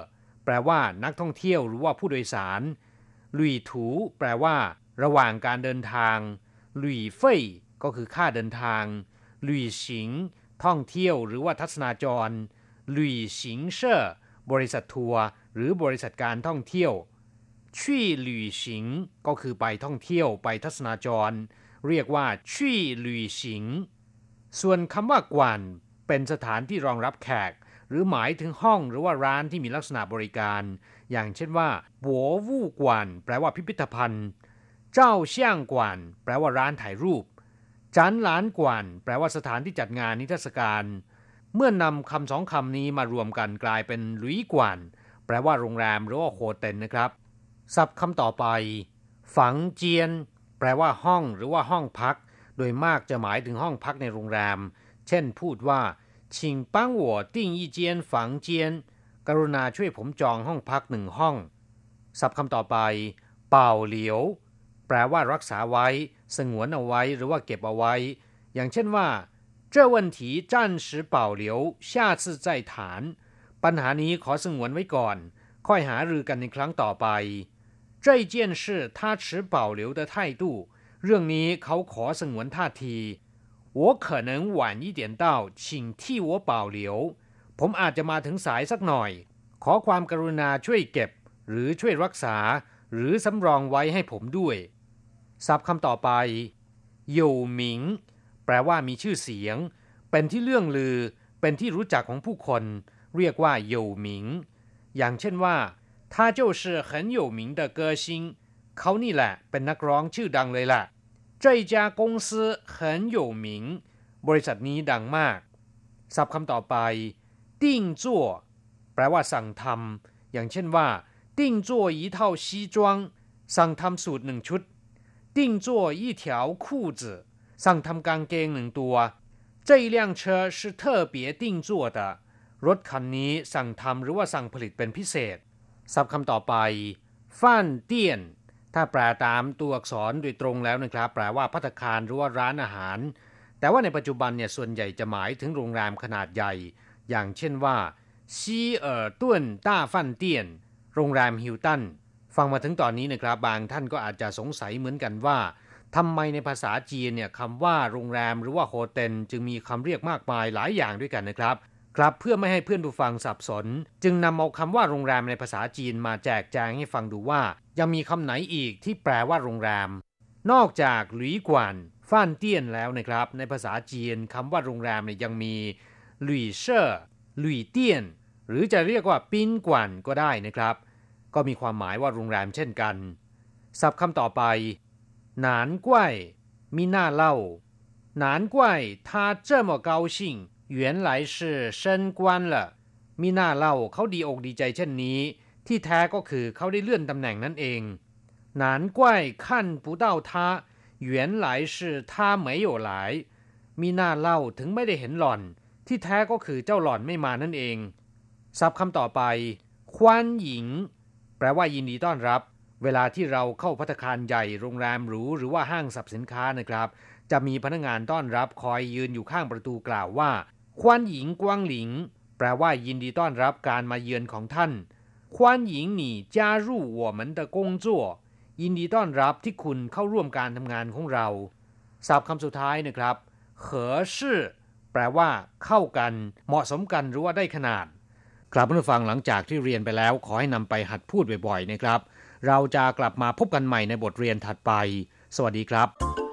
แปลว่านักท่องเที่ยวหรือว่าผู้โดยสารหลุยถูแปลว่าระหว่างการเดินทางหลุยเฟ่ยก็คือค่าเดินทางหลุยสิงท่องเที่ยวหรือว่าทัศนาจรหลุยสิงเช่อบริษัททัวร์หรือบริษัทการท่องเที่ยวชี่หลุยสิงก็คือไปท่องเที่ยวไปทัศนาจรเรียกว่าชี่หลุยสิงส่วนคำว่ากวนเป็นสถานที่รองรับแขกหรือหมายถึงห้องหรือว่าร้านที่มีลักษณะบริการอย่างเช่นว่าบัววู่กวนแปลว่าพิพิธภัณฑ์เจ้าเซี่ยงกวนแปลว่าร้านถ่ายรูปจันหลานกวนแปลว่าสถานที่จัดงานนิทรรศการเมื่อนำคำสองคำนี้มารวมกันกลายเป็นหลุยกวนแปลว่าโรงแรมหรือว่าโฮเทลนะครับศัพท์คำต่อไปฝังเจียนแปลว่าห้องหรือว่าห้องพักโดยมากจะหมายถึงห้องพักในโรงแรมเช่นพูดว่า请帮我订一间房间กรุณาช่วยผมจองห้องพัก1ห้องศัพท์คำต่อไปเป่าเหลียวแปลว่ารักษาไว้สงวนเอาไว้หรือว่าเก็บเอาไว้อย่างเช่นว่า这问题暂时保留下次再谈ปัญหานี้ขอสงวนไว้ก่อนค่อยหารือกันในครั้งต่อไป这件事他持保留的态度เรื่องนี้เขาขอสงวนท่าที我可能晚一点到请替我保留ผมอาจจะมาถึงสายสักหน่อยขอความกรุณาช่วยเก็บหรือช่วยรักษาหรือสำรองไว้ให้ผมด้วยศัพท์คำต่อไปหยู่หมิงแปลว่ามีชื่อเสียงเป็นที่เลื่องลือเป็นที่รู้จักของผู้คนเรียกว่าหยู่หมิงอย่างเช่นว่า他就是很有名的歌星เขานี่แหละเป็นนักร้องชื่อดังเลยล่ะ这家公司很有名บริษัทนี้ดังมากศัพท์คำต่อไปติ้งจั่วแปลว่าสั่งทำอย่างเช่นว่าติ้งจั่ว一套西装สั่งทำสูท1ชุดติ้งจั่ว一条裤子สั่งทำกางเกง1ตัว这一辆车是特别定做的รถคันนี้สั่งทำหรือว่าสั่งผลิตเป็นพิเศษศัพท์คำต่อไปฟ่านเตี้ยนถ้าแปลตามตัวอักษรโดยตรงแล้วนะครับแปลว่าภัตตาคารหรือว่าร้านอาหารแต่ว่าในปัจจุบันเนี่ยส่วนใหญ่จะหมายถึงโรงแรมขนาดใหญ่อย่างเช่นว่าซีเอ๋อต้วนต้าฟ่านเตี้ยนโรงแรมฮิลตันฟังมาถึงตอนนี้นะครับบางท่านก็อาจจะสงสัยเหมือนกันว่าทำไมในภาษาจีนเนี่ยคำว่าโรงแรมหรือว่าโฮเทลจึงมีคำเรียกมากมายหลายอย่างด้วยกันนะครับเพื่อไม่ให้เพื่อนผู้ฟังสับสนจึงนำเอาคำว่าโรงแรมในภาษาจีนมาแจกแจงให้ฟังดูว่ายังมีคำไหนอีกที่แปลว่าโรงแรมนอกจากหลุยกวนฟ่านเตี้ยนแล้วนะครับในภาษาจีนคำว่าโรงแรมเนี่ยยังมีหลุยเช่อหลุยเตี้ยนหรือจะเรียกว่าปิ้นกวนก็ได้นะครับก็มีความหมายว่าโรงแรมเช่นกันศัพท์คำต่อไปหนานกว้ยมีหน้าเล่าหนานกว้ย他这么高兴原来是升官了มีหน้าเล่าเขาดีอกดีใจเช่นนี้ที่แท้ก็คือเขาได้เลื่อนตำแหน่งนั่นเอง难怪看不到他原来是他没有来มีหน้าเล่าถึงไม่ได้เห็นหล่อนที่แท้ก็คือเจ้าหล่อนไม่มานั่นเองศัพท์คำต่อไปคว้านหญิงแปลว่ายินดีต้อนรับเวลาที่เราเข้าภัตตาคารใหญ่โรงแรมหรูหรือว่าห้างสรรพสินค้านะครับจะมีพนักงานต้อนรับคอยยืนอยู่ข้างประตูกล่าวว่าคว้านหญิงกวางหลิงแปลว่ายินดีต้อนรับการมาเยือนของท่าน欢迎你加入我们的工作ยินดีต้อนรับที่คุณเข้าร่วมการทำงานของเราศัพท์คำสุดท้ายนะครับ合适แปลว่าเข้ากันเหมาะสมกันหรือว่าได้ขนาดครับผู้ฟังหลังจากที่เรียนไปแล้วขอให้นำไปหัดพูดบ่อยๆนะครับเราจะกลับมาพบกันใหม่ในบทเรียนถัดไปสวัสดีครับ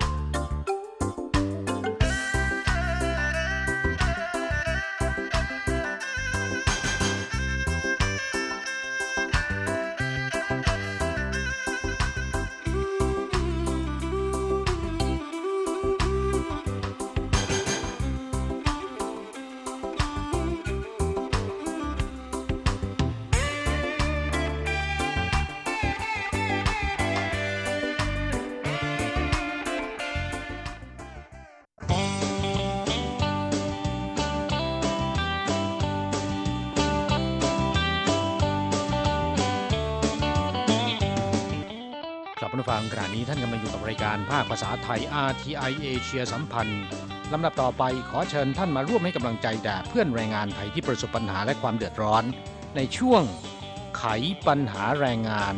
ผู้ฟังขณะนี้ท่านกำลังอยู่กับรายการภาคภาษาไทย RTI เอเชียสัมพันธ์ลำดับต่อไปขอเชิญท่านมาร่วมให้กำลังใจแด่เพื่อนแรงงานไทยที่ประสบปัญหาและความเดือดร้อนในช่วงไขปัญหาแรงงาน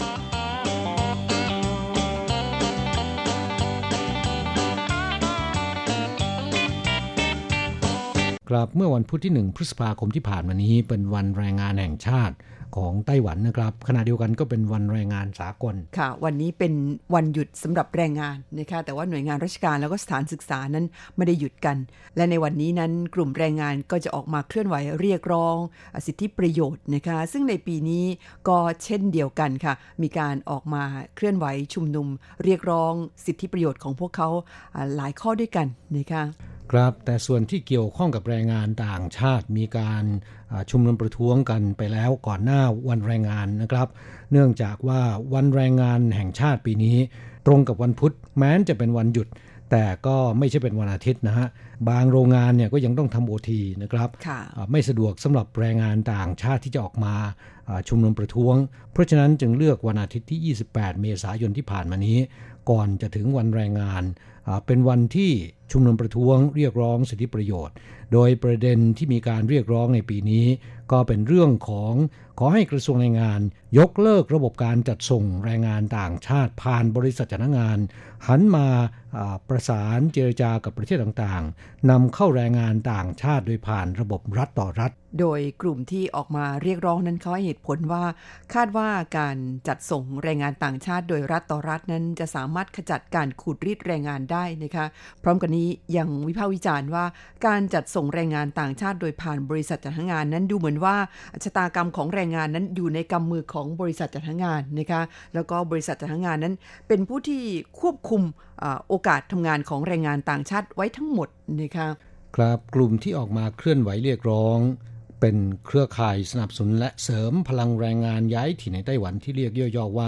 ครับเมื่อวันพุธที่1พฤษภาคมที่ผ่านมานี้เป็นวันแรงงานแห่งชาติของไต้หวันนะครับขณะเดียวกันก็เป็นวันแรงงานสากลค่ะวันนี้เป็นวันหยุดสำหรับแรงงานนะคะแต่ว่าหน่วยงานราชการแล้วก็สถานศึกษานั้นไม่ได้หยุดกันและในวันนี้นั้นกลุ่มแรงงานก็จะออกมาเคลื่อนไหวเรียกร้องสิทธิประโยชน์นะคะซึ่งในปีนี้ก็เช่นเดียวกันค่ะมีการออกมาเคลื่อนไหวชุมนุมเรียกร้องสิทธิประโยชน์ของพวกเขาหลายข้อด้วยกันนะคะครับแต่ส่วนที่เกี่ยวข้องกับแรงงานต่างชาติมีการชุมนุมประท้วงกันไปแล้วก่อนหน้าวันแรงงานนะครับเนื่องจากว่าวันแรงงานแห่งชาติปีนี้ตรงกับวันพุธแม้จะเป็นวันหยุดแต่ก็ไม่ใช่เป็นวันอาทิตย์นะฮะบางโรงงานเนี่ยก็ยังต้องทำ OT นะครับไม่สะดวกสำหรับแรงงานต่างชาติที่จะออกมาชุมนุมประท้วงเพราะฉะนั้นจึงเลือกวันอาทิตย์ที่28เมษายนที่ผ่านมานี้ก่อนจะถึงวันแรงงานเป็นวันที่ชุมนุมประท้วงเรียกร้องสิทธิประโยชน์โดยประเด็นที่มีการเรียกร้องในปีนี้ก็เป็นเรื่องของขอให้กระทรวงแรงงานยกเลิกระบบการจัดส่งแรงงานต่างชาติผ่านบริษัทจ้างงานหันมาประสานเจรจากับประเทศต่างๆนำเข้าแรงงานต่างชาติโดยผ่านระบบรัฐต่อรัฐโดยกลุ่มที่ออกมาเรียกร้องนั้นเขาให้เหตุผลว่าคาดว่าการจัดส่งแรงงานต่างชาติโดยรัฐต่อรัฐนั้นจะสามารถขจัดการขูดรีดแรงงานได้นะคะพร้อมกันนี้ยังวิพากษ์วิจารณ์ว่าการจัดส่งแรงงานต่างชาติโดยผ่านบริษัทจัดหางานนั้นดูเหมือนว่าชะตากรรมของแรงงานนั้นอยู่ในกำมือของบริษัทจัดหางานนะคะแล้วก็บริษัทจัดหางานนั้นเป็นผู้ที่ควบคุมโอกาสทำงานของแรงงานต่างชาติไว้ทั้งหมดนะคะครับกลุ่มที่ออกมาเคลื่อนไหวเรียกร้องเป็นเครือข่ายสนับสนุนและเสริมพลังแรงงานย้ายถิ่นในไต้หวันที่เรียกย่อๆว่า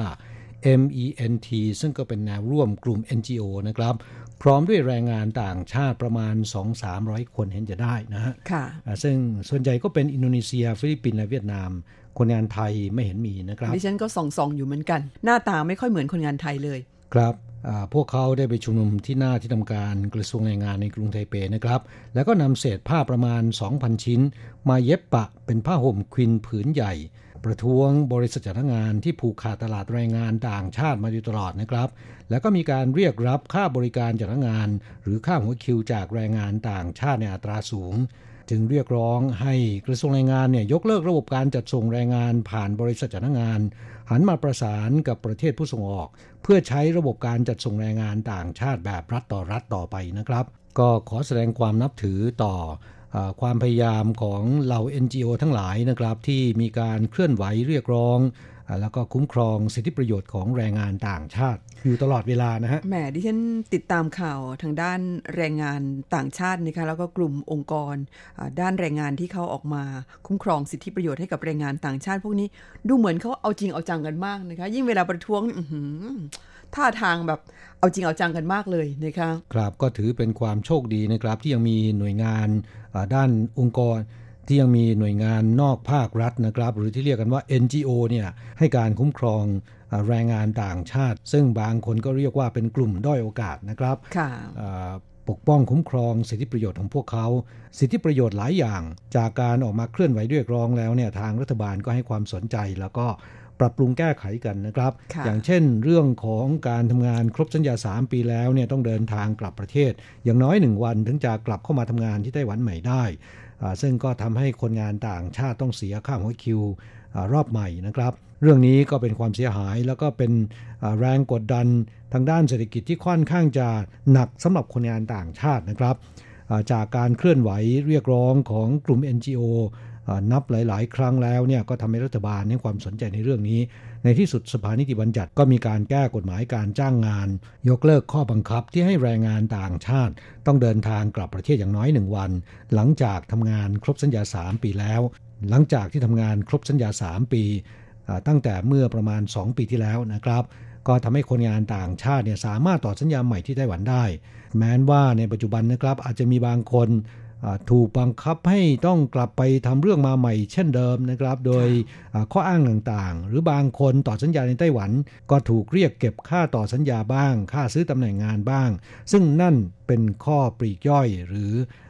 MENT ซึ่งก็เป็นแนวร่วมกลุ่ม NGO นะครับพร้อมด้วยแรงงานต่างชาติประมาณ 2-300 คนเห็นจะได้นะฮะซึ่งส่วนใหญ่ก็เป็นอินโดนีเซียฟิลิปปินส์และเวียดนามคนงานไทยไม่เห็นมีนะครับดิฉันก็ส่องๆอยู่เหมือนกันหน้าตาไม่ค่อยเหมือนคนงานไทยเลยครับพวกเขาได้ไปชุมนุมที่หน้าที่ทำการกระทรวงแรงงานในกรุงไทเปนะครับแล้วก็นำเศษผ้าประมาณ 2,000 ชิ้นมาเย็บปะเป็นผ้าห่มควินผืนใหญ่ประท้วงบริษัทจ้างงานที่ผูกขาดตลาดแรงงานต่างชาติมาอยู่ตลอดนะครับแล้วก็มีการเรียกรับค่าบริการจ้างงานหรือค่าหัวคิวจากแรงงานต่างชาติในอัตราสูงจึงเรียกร้องให้กระทรวงแรงงานเนี่ยยกเลิกระบบการจัดส่งแรงงานผ่านบริษัทจ้างงานหันมาประสานกับประเทศผู้ส่งออกเพื่อใช้ระบบการจัดส่งแรงงานต่างชาติแบบรัฐต่อรัฐต่อไปนะครับก็ขอแสดงความนับถือต่อความพยายามของเหล่า NGO ทั้งหลายนะครับที่มีการเคลื่อนไหวเรียกร้องแล้วก็คุ้มครองสิทธิประโยชน์ของแรงงานต่างชาติอยู่ตลอดเวลานะฮะแหมดิฉันติดตามข่าวทางด้านแรงงานต่างชาตินะคะแล้วก็กลุ่มองค์กรด้านแรงงานที่เขาออกมาคุ้มครองสิทธิประโยชน์ให้กับแรงงานต่างชาติพวกนี้ดูเหมือนเขาเอาจริงเอาจังกันมากนะคะยิ่งเวลาประท้วงท่าทางแบบเอาจริงเอาจังกันมากเลยนะคะครับก็ถือเป็นความโชคดีนะครับที่ยังมีหน่วยงานด้านองค์กรที่ยังมีหน่วยงานนอกภาครัฐนะครับหรือที่เรียกกันว่า NGO เนี่ยให้การคุ้มครองแรงงานต่างชาติซึ่งบางคนก็เรียกว่าเป็นกลุ่มด้อยโอกาสนะครับปกป้องคุ้มครองสิทธิประโยชน์ของพวกเขาสิทธิประโยชน์หลายอย่างจากการออกมาเคลื่อนไหวเรียกร้องแล้วเนี่ยทางรัฐบาลก็ให้ความสนใจแล้วก็ปรับปรุงแก้ไขกันนะครับอย่างเช่นเรื่องของการทำงานครบสัญญา3 ปีแล้วเนี่ยต้องเดินทางกลับประเทศอย่างน้อย1 วันถึงจะกลับเข้ามาทำงานที่ไต้หวันใหม่ได้ซึ่งก็ทำให้คนงานต่างชาติต้องเสียค่าหัวคิวรอบใหม่นะครับเรื่องนี้ก็เป็นความเสียหายแล้วก็เป็นแรงกดดันทางด้านเศรษฐกิจที่ค่อนข้างจะหนักสำหรับคนงานต่างชาตินะครับจากการเคลื่อนไหวเรียกร้องของกลุ่ม NGO นับหลายๆครั้งแล้วเนี่ยก็ทำให้รัฐบาลให้ความสนใจในเรื่องนี้ในที่สุดสภานิติบัญญัติก็มีการแก้กฎหมายการจ้างงานยกเลิกข้อบังคับที่ให้แรงงานต่างชาติต้องเดินทางกลับประเทศอย่างน้อย1 วันหลังจากทำงานครบสัญญา3 ปีแล้วหลังจากที่ทำงานครบสัญญา3 ปีตั้งแต่เมื่อประมาณ2 ปีที่แล้วนะครับก็ทำให้คนงานต่างชาติเนี่ยสามารถต่อสัญญาใหม่ที่ไต้หวันได้แม้ว่าในปัจจุบันนะครับอาจจะมีบางคนถูกบังคับให้ต้องกลับไปทำเรื่องมาใหม่เช่นเดิมนะครับโดยข้ออ้างต่างๆหรือบางคนต่อสัญญาในไต้หวันก็ถูกเรียกเก็บค่าต่อสัญญาบ้างค่าซื้อตำแหน่งงานบ้างซึ่งนั่นเป็นข้อปลีกย่อยหรือ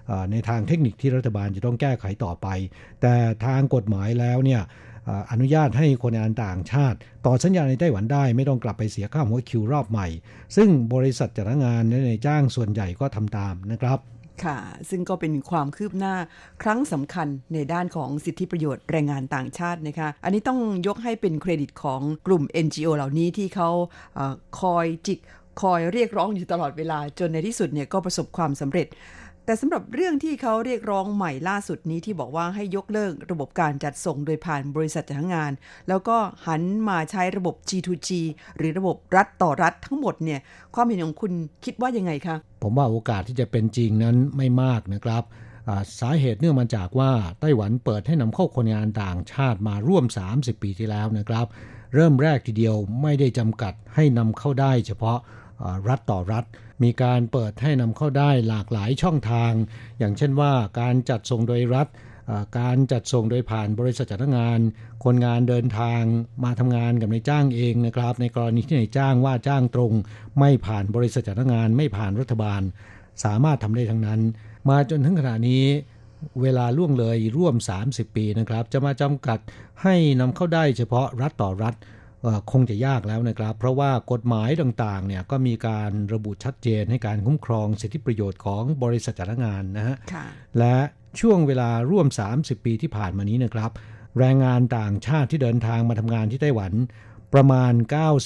ในทางเทคนิคที่รัฐบาลจะต้องแก้ไขต่อไปแต่ทางกฎหมายแล้วเนี่ยอนุญาตให้คนงานต่างชาติต่อสัญญาในไต้หวันได้ไม่ต้องกลับไปเสียค่าหัวคิวรอบใหม่ซึ่งบริษัทจ้างงานและนายจ้างส่วนใหญ่ก็ทำตามนะครับค่ะซึ่งก็เป็นความคืบหน้าครั้งสำคัญในด้านของสิทธิประโยชน์แรงงานต่างชาตินะคะอันนี้ต้องยกให้เป็นเครดิตของกลุ่ม NGO เหล่านี้ที่เขาคอยเรียกร้องอยู่ตลอดเวลาจนในที่สุดเนี่ยก็ประสบความสำเร็จแต่สำหรับเรื่องที่เขาเรียกร้องใหม่ล่าสุดนี้ที่บอกว่าให้ยกเลิกระบบการจัดส่งโดยผ่านบริษัทจ้างงานแล้วก็หันมาใช้ระบบ G2G หรือระบบรัฐต่อรัฐทั้งหมดเนี่ยความเห็นของคุณคิดว่ายังไงคะผมว่าโอกาสที่จะเป็นจริงนั้นไม่มากนะครับสาเหตุเนื่องมาจากว่าไต้หวันเปิดให้นำเข้าคนงานต่างชาติมาร่วม30ปีที่แล้วนะครับเริ่มแรกทีเดียวไม่ได้จำกัดให้นำเข้าได้เฉพาะรัฐต่อรัฐมีการเปิดให้นำเข้าได้หลากหลายช่องทางอย่างเช่นว่าการจัดส่งโดยรัฐการจัดส่งโดยผ่านบริษัทจ้างงานคนงานเดินทางมาทำงานกับนายจ้างเองนะครับในกรณีที่นายจ้างว่าจ้างตรงไม่ผ่านบริษัทจ้างงานไม่ผ่านรัฐบาลสามารถทำได้ทั้งนั้นมาจนถึงขณะนี้เวลาล่วงเลยร่วม30ปีนะครับจะมาจำกัดให้นำเข้าได้เฉพาะรัฐต่อรัฐคงจะยากแล้วนะครับเพราะว่ากฎหมายต่างๆเนี่ยก็มีการระบุชัดเจนให้การคุ้มครองสิทธิประโยชน์ของบริษัทจ้างงานนะฮะและช่วงเวลาร่วม30ปีที่ผ่านมานี้นะครับแรงงานต่างชาติที่เดินทางมาทำงานที่ไต้หวันประมาณ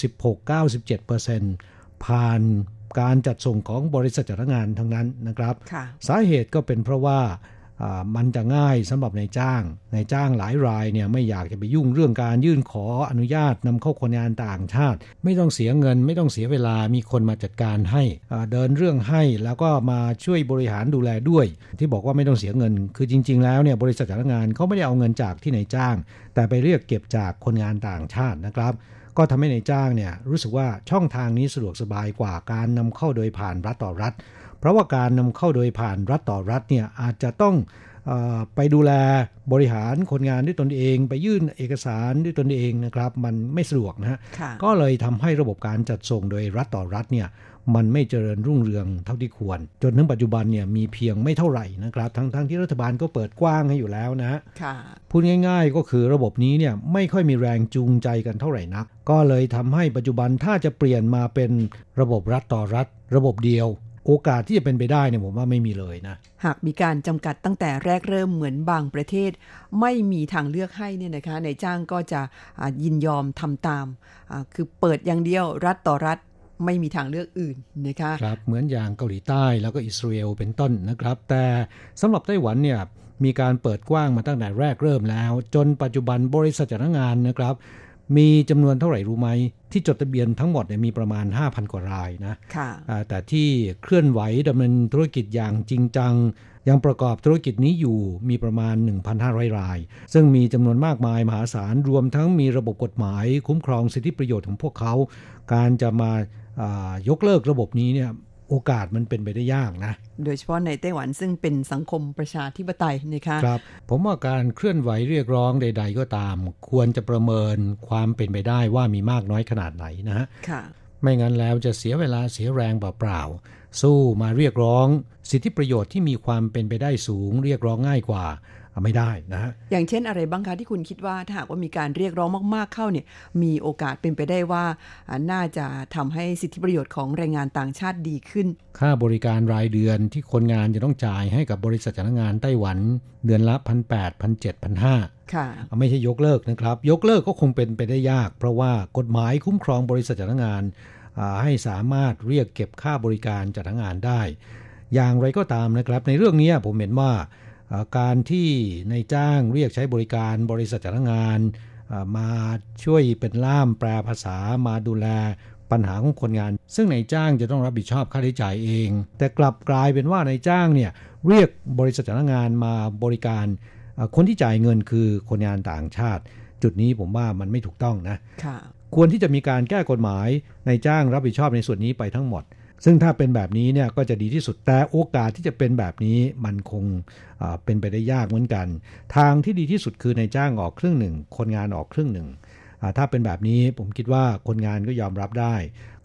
96-97% ผ่านการจัดส่งของบริษัทจ้างงานทั้งนั้นนะครับสาเหตุก็เป็นเพราะว่ามันจะง่ายสำหรับนายจ้างหลายรายเนี่ยไม่อยากจะไปยุ่งเรื่องการยื่นขออนุญาตนำเข้าคนงานต่างชาติไม่ต้องเสียเงินไม่ต้องเสียเวลามีคนมาจัดการให้เดินเรื่องให้แล้วก็มาช่วยบริหารดูแลด้วยที่บอกว่าไม่ต้องเสียเงินคือจริงๆแล้วเนี่ยบริษัทจ้างงานเขาไม่ได้เอาเงินจากที่นายจ้างแต่ไปเรียกเก็บจากคนงานต่างชาตินะครับก็ทำให้นายจ้างเนี่ยรู้สึกว่าช่องทางนี้สะดวกสบายกว่าการนำเข้าโดยผ่านรัฐต่อรัฐเพราะว่าการนำเข้าโดยผ่านรัฐต่อรัฐเนี่ยอาจจะต้องไปดูแลบริหารคนงานด้วยตนเองไปยื่นเอกสารด้วยตนเองนะครับมันไม่สะดวกนะฮะก็เลยทำให้ระบบการจัดส่งโดยรัฐต่อรัฐเนี่ยมันไม่เจริญรุ่งเรืองเท่าที่ควรจนถึงปัจจุบันเนี่ยมีเพียงไม่เท่าไหร่นะครับทั้งที่รัฐบาลก็เปิดกว้างให้อยู่แล้วนะพูดง่ายๆก็คือระบบนี้เนี่ยไม่ค่อยมีแรงจูงใจกันเท่าไหร่นักก็เลยทำให้ปัจจุบันถ้าจะเปลี่ยนมาเป็นระบบรัฐต่อรัฐระบบเดียวโอกาสที่จะเป็นไปได้เนี่ยผมว่าไม่มีเลยนะหากมีการจำกัดตั้งแต่แรกเริ่มเหมือนบางประเทศไม่มีทางเลือกให้เนี่ยนะคะนายจ้างก็จะยินยอมทำตามคือเปิดอย่างเดียวรัฐต่อรัฐไม่มีทางเลือกอื่นนะคะครับเหมือนอย่างเกาหลีใต้แล้วก็อิสราเอลเป็นต้นนะครับแต่สำหรับไต้หวันเนี่ยมีการเปิดกว้างมาตั้งแต่แรกเริ่มแล้วจนปัจจุบันบริษัทจ้างงานนะครับมีจำนวนเท่าไหร่รู้ไหมที่จดทะเบียนทั้งหมดเนี่ยมีประมาณ 5,000 กว่ารายนะแต่ที่เคลื่อนไหวดำเนินธุรกิจอย่างจริงจังยังประกอบธุรกิจนี้อยู่มีประมาณ 1,500 รายซึ่งมีจำนวนมากมายมหาศาลรวมทั้งมีระบบกฎหมายคุ้มครองสิทธิประโยชน์ของพวกเขาการจะมายกเลิกระบบนี้เนี่ยโอกาสมันเป็นไปได้ยากนะโดยเฉพาะในไต้หวันซึ่งเป็นสังคมประชาธิปไตยนะคะครับผมว่าการเคลื่อนไหวเรียกร้องใดๆก็ตามควรจะประเมินความเป็นไปได้ว่ามีมากน้อยขนาดไหนนะฮะไม่งั้นแล้วจะเสียเวลาเสียแรงเปล่าๆสู้มาเรียกร้องสิทธิประโยชน์ที่มีความเป็นไปได้สูงเรียกร้องง่ายกว่าไม่ได้นะฮะอย่างเช่นอะไรบ้างคะที่คุณคิดว่าถ้าหากว่ามีการเรียกร้องมากๆเข้าเนี่ยมีโอกาสเป็นไปได้ว่าน่าจะทำให้สิทธิประโยชน์ของแรงงานต่างชาติดีขึ้นค่าบริการรายเดือนที่คนงานจะต้องจ่ายให้กับบริษัทจ้างงานไต้หวันเดือนละ 1,800 1,700 1,500 ค่ะไม่ใช่ยกเลิกนะครับยกเลิกก็คงเป็นไปได้ยากเพราะว่ากฎหมายคุ้มครองบริษัทจ้างงานให้สามารถเรียกเก็บค่าบริการจ้างงานได้อย่างไรก็ตามนะครับในเรื่องนี้ผมเห็นว่าการที่นายจ้างเรียกใช้บริการบริษัทจ้างงานมาช่วยเป็นล่ามแปลภาษามาดูแลปัญหาของคนงานซึ่งนายจ้างจะต้องรับผิดชอบค่าใช้จ่ายเองแต่กลับกลายเป็นว่านายจ้างเนี่ยเรียกบริษัทจ้างงานมาบริการคนที่จ่ายเงินคือคนงานต่างชาติจุดนี้ผมว่ามันไม่ถูกต้องนะควรที่จะมีการแก้กฎหมายนายจ้างรับผิดชอบในส่วนนี้ไปทั้งหมดซึ่งถ้าเป็นแบบนี้เนี่ยก็จะดีที่สุดแต่โอกาสที่จะเป็นแบบนี้มันคงเป็นไปได้ยากเหมือนกันทางที่ดีที่สุดคือนายจ้างออกครึ่งหนึ่งคนงานออกครึ่งหนึ่งถ้าเป็นแบบนี้ผมคิดว่าคนงานก็ยอมรับได้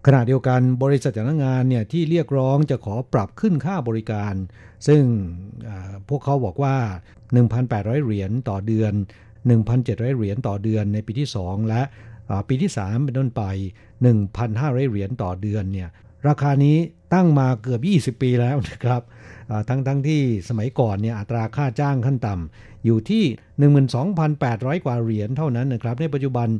ขณะเดียวกันบริษัทจ้างงานเนี่ยที่เรียกร้องจะขอปรับขึ้นค่าบริการซึ่งพวกเขาบอกว่า 1,800 เหรียญต่อเดือน 1,700 เหรียญต่อเดือนในปีที่2และปีที่3เป็นต้นไป 1,500 เหรียญต่อเดือนเนี่ยราคานี้ตั้งมาเกือบ20 ปีแล้วนะครับทั้งที่สมัยก่อนเนี่ยอัตราค่าจ้างขั้นต่ำอยู่ที่ 12,800 กว่าเหรียญเท่านั้นนะครับในปัจจุบัน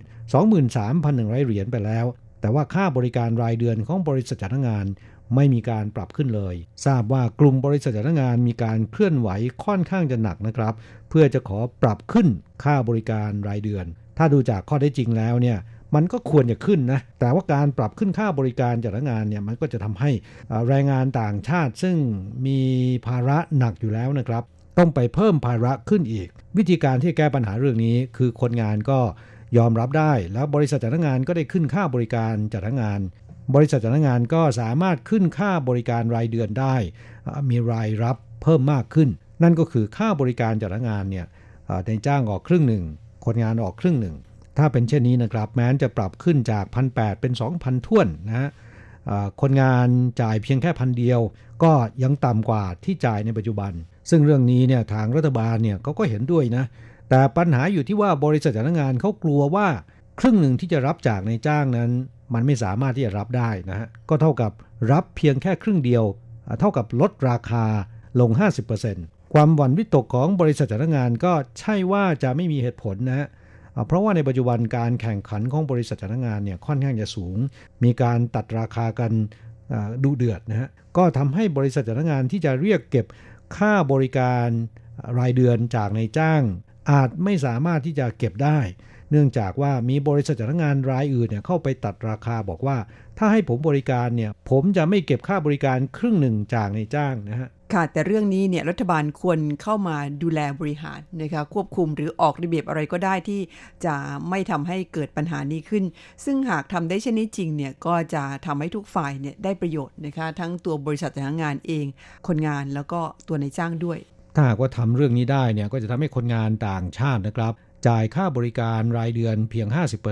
23,100 เหรียญไปแล้วแต่ว่าค่าบริการรายเดือนของบริษัทจ้างงานไม่มีการปรับขึ้นเลยทราบว่ากลุ่มบริษัทจ้างงานมีการเคลื่อนไหวค่อนข้างจะหนักนะครับเพื่อจะขอปรับขึ้นค่าบริการรายเดือนถ้าดูจากข้อเท็จจริงแล้วเนี่ยมันก็ควรจะขึ้นนะแต่ว่าการปรับขึ้นค่าบริการจ้างงานเนี่ยมันก็จะทำให้แรงงานต่างชาติซึ่งมีภาระหนักอยู่แล้วนะครับต้องไปเพิ่มภาระขึ้นอีกวิธีการที่แก้ปัญหาเรื่องนี้คือคนงานก็ยอมรับได้แล้วบริษัทจ้างงานก็ได้ขึ้นค่าบริการจ้างงานบริษัทจ้างงานก็สามารถขึ้นค่าบริการรายเดือนได้มีรายรับเพิ่มมากขึ้นนั่นก็คือค่าบริการจ้างงานเนี่ยนายจ้างออกครึ่งหนึ่งคนงานออกครึ่งหนึ่งถ้าเป็นเช่นนี้นะครับแม้จะปรับขึ้นจาก 1,800 เป็น 2,000 ถ้วนนะฮะคนงานจ่ายเพียงแค่ 1,000 เดียวก็ยังต่ำกว่าที่จ่ายในปัจจุบันซึ่งเรื่องนี้เนี่ยทางรัฐบาลเนี่ยก็เห็นด้วยนะแต่ปัญหาอยู่ที่ว่าบริษัทจ้างงานเขากลัวว่าครึ่งหนึ่งที่จะรับจากนายจ้างนั้นมันไม่สามารถที่จะรับได้นะฮะก็เท่ากับรับเพียงแค่ครึ่งเดียวเท่ากับลดราคาลง 50% ความหวั่นวิตกของบริษัทจ้างงานก็ใช่ว่าจะไม่มีเหตุผลนะฮะเพราะว่าในปัจจุบันการแข่งขันของบริษัทจ้างงานเนี่ยค่อนข้างจะสูงมีการตัดราคากันดุเดือดนะฮะก็ทำให้บริษัทจ้างงานที่จะเรียกเก็บค่าบริการรายเดือนจากนายจ้างอาจไม่สามารถที่จะเก็บได้เนื่องจากว่ามีบริษัทจ้างงานรายอื่นเนี่ยเข้าไปตัดราคาบอกว่าถ้าให้ผมบริการเนี่ยผมจะไม่เก็บค่าบริการครึ่งหนึ่งจากนายจ้างนะฮะค่ะแต่เรื่องนี้เนี่ยรัฐบาลควรเข้ามาดูแลบริหารนะคะควบคุมหรือออกระเบียบอะไรก็ได้ที่จะไม่ทำให้เกิดปัญหานี้ขึ้นซึ่งหากทำได้เช่นนี้จริงเนี่ยก็จะทำให้ทุกฝ่ายเนี่ยได้ประโยชน์นะคะทั้งตัวบริษัทจ้างงานเองคนงานแล้วก็ตัวนายจ้างด้วยถ้าหากว่าทำเรื่องนี้ได้เนี่ยก็จะทำให้คนงานต่างชาตินะครับจ่ายค่าบริการรายเดือนเพียง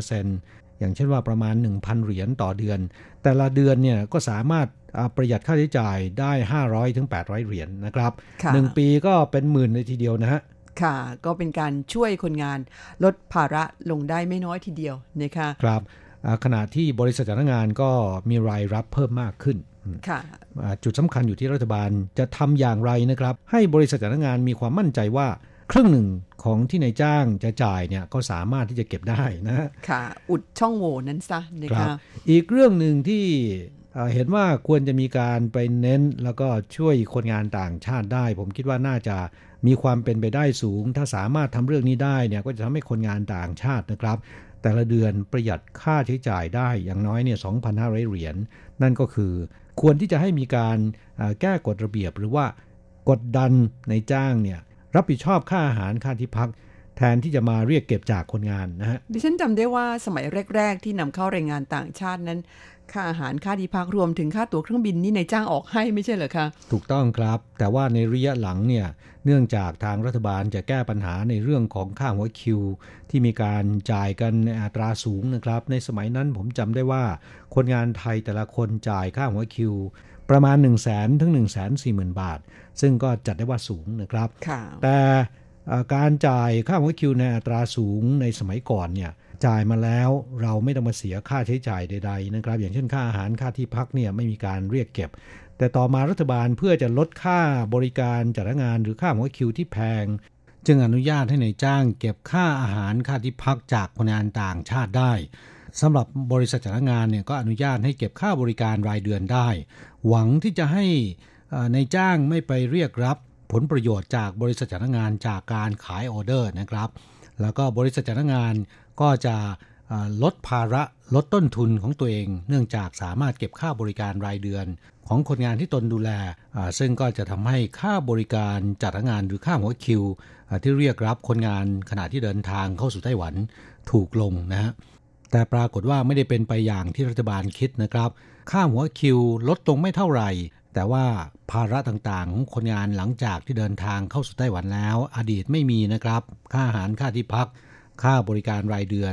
50% อย่างเช่นว่าประมาณ 1,000 เหรียญต่อเดือนแต่ละเดือนเนี่ยก็สามารถประหยัดค่าใช้จ่ายได้ 500 ถึง 800 เหรียญนะครับ1ปีก็เป็นหมื่นเลยทีเดียวนะฮะค่ะก็เป็นการช่วยคนงานลดภาระลงได้ไม่น้อยทีเดียวนะคะครับขณะที่บริษัทจ้างงานก็มีรายรับเพิ่มมากขึ้นค่ะจุดสำคัญอยู่ที่รัฐบาลจะทำอย่างไรนะครับให้บริษัทจ้างงานมีความมั่นใจว่าครึ่งหนึ่งของที่นายจ้างจะจ่ายเนี่ยก็สามารถที่จะเก็บได้นะค่ะอุดช่องโหว่นั้นซะนะคะอีกเรื่องหนึ่งที่เห็นว่าควรจะมีการไปเน้นแล้วก็ช่วยคนงานต่างชาติได้ผมคิดว่าน่าจะมีความเป็นไปได้สูงถ้าสามารถทำเรื่องนี้ได้เนี่ยก็จะทำให้คนงานต่างชาตินะครับแต่ละเดือนประหยัดค่าใช้จ่ายได้อย่างน้อยเนี่ย 2,500 เหรียญนั่นก็คือควรที่จะให้มีการแก้กฎระเบียบหรือว่ากดดันนายจ้างเนี่ยรับผิดชอบค่าอาหารค่าที่พักแทนที่จะมาเรียกเก็บจากคนงานนะฮะดิฉันจำได้ว่าสมัยแรกๆที่นำเข้าแรงงานต่างชาตินั้นค่าอาหารค่าที่พักรวมถึงค่าตั๋วเครื่องบินนี่นายจ้างออกให้ไม่ใช่เหรอคะถูกต้องครับแต่ว่าในระยะหลังเนี่ยเนื่องจากทางรัฐบาลจะแก้ปัญหาในเรื่องของค่าหัวคิวที่มีการจ่ายกันในอัตราสูงนะครับในสมัยนั้นผมจำได้ว่าคนงานไทยแต่ละคนจ่ายค่าหัวคิวประมาณ 100,000 ถึง 140,000 บาทซึ่งก็จัดได้ว่าสูงนะครับแต่การจ่ายค่าหัวคิวในอัตราสูงในสมัยก่อนเนี่ยจ่ายมาแล้วเราไม่ต้องมาเสียค่าใช้จ่ายใดๆนะครับอย่างเช่นค่าอาหารค่าที่พักเนี่ยไม่มีการเรียกเก็บแต่ต่อมารัฐบาลเพื่อจะลดค่าบริการจ้างงานหรือค่าหัวคิวที่แพงจึงอนุญาตให้นายจ้างเก็บค่าอาหารค่าที่พักจากคนงานต่างชาติได้สำหรับบริษัทจ้างงานเนี่ยก็อนุญาตให้เก็บค่าบริการรายเดือนได้หวังที่จะให้นายจ้างไม่ไปเรียกรับผลประโยชน์จากบริษัทจ้างงานจากการขายออเดอร์นะครับแล้วก็บริษัทจ้างงานก็จะลดภาระลดต้นทุนของตัวเองเนื่องจากสามารถเก็บค่าบริการรายเดือนของคนงานที่ตนดูแลซึ่งก็จะทำให้ค่าบริการจัดงานหรือค่าหัวคิวที่เรียกรับคนงานขณะที่เดินทางเข้าสู่ไต้หวันถูกลงนะฮะแต่ปรากฏว่าไม่ได้เป็นไปอย่างที่รัฐบาลคิดนะครับค่าหัวคิวลดลงไม่เท่าไหร่แต่ว่าภาระต่างๆของคนงานหลังจากที่เดินทางเข้าสู่ไต้หวันแล้วอดีตไม่มีนะครับค่าอาหารค่าที่พักค่าบริการรายเดือน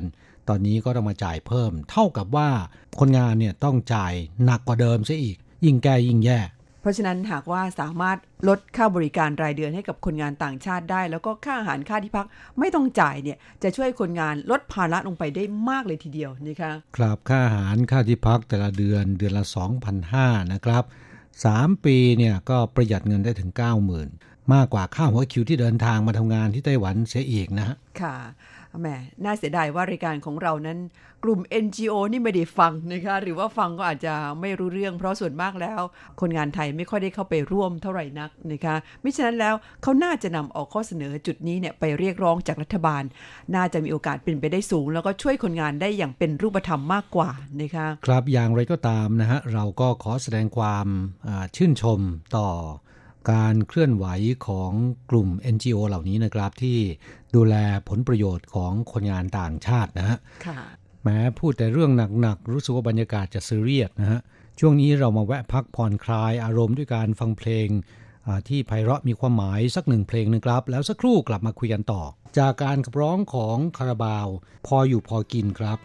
ตอนนี้ก็ต้องมาจ่ายเพิ่มเท่ากับว่าคนงานเนี่ยต้องจ่ายหนักกว่าเดิมซะอีกยิ่งแก้ยิ่งแย่เพราะฉะนั้นหากว่าสามารถลดค่าบริการรายเดือนให้กับคนงานต่างชาติได้แล้วก็ค่าอาหารค่าที่พักไม่ต้องจ่ายเนี่ยจะช่วยคนงานลดภาระลงไปได้มากเลยทีเดียวนะคะครับค่าอาหารค่าที่พักแต่ละเดือนละ 2,500 นะครับ3ปีเนี่ยก็ประหยัดเงินได้ถึง 90,000 มากกว่าค่าหัวคิวที่เดินทางมาทำงานที่ไต้หวันเสียอีกนะฮะค่ะแหมน่าเสียดายว่ารายการของเรานั้นกลุ่ม NGO นี่ไม่ได้ฟังนะคะหรือว่าฟังก็อาจจะไม่รู้เรื่องเพราะส่วนมากแล้วคนงานไทยไม่ค่อยได้เข้าไปร่วมเท่าไหร่นักนะคะมิฉะนั้นแล้วเขาน่าจะนำออกข้อเสนอจุดนี้เนี่ยไปเรียกร้องจากรัฐบาลน่าจะมีโอกาสเป็นไปได้สูงแล้วก็ช่วยคนงานได้อย่างเป็นรูปธรรมมากกว่านะคะครับอย่างไรก็ตามนะฮะเราก็ขอแสดงความชื่นชมต่อการเคลื่อนไหวของกลุ่ม NGO เหล่านี้นะครับที่ดูแลผลประโยชน์ของคนงานต่างชาตินะฮะแม้พูดแต่เรื่องหนักๆรู้สึกว่าบรรยากาศจะซีเรียสนะฮะช่วงนี้เรามาแวะพักผ่อนคลายอารมณ์ด้วยการฟังเพลงที่ไพเราะมีความหมายสักหนึ่งเพลงนึงครับแล้วสักครู่กลับมาคุยกันต่อจากการขับร้องของคาราบาวพออยู่พอกินครับ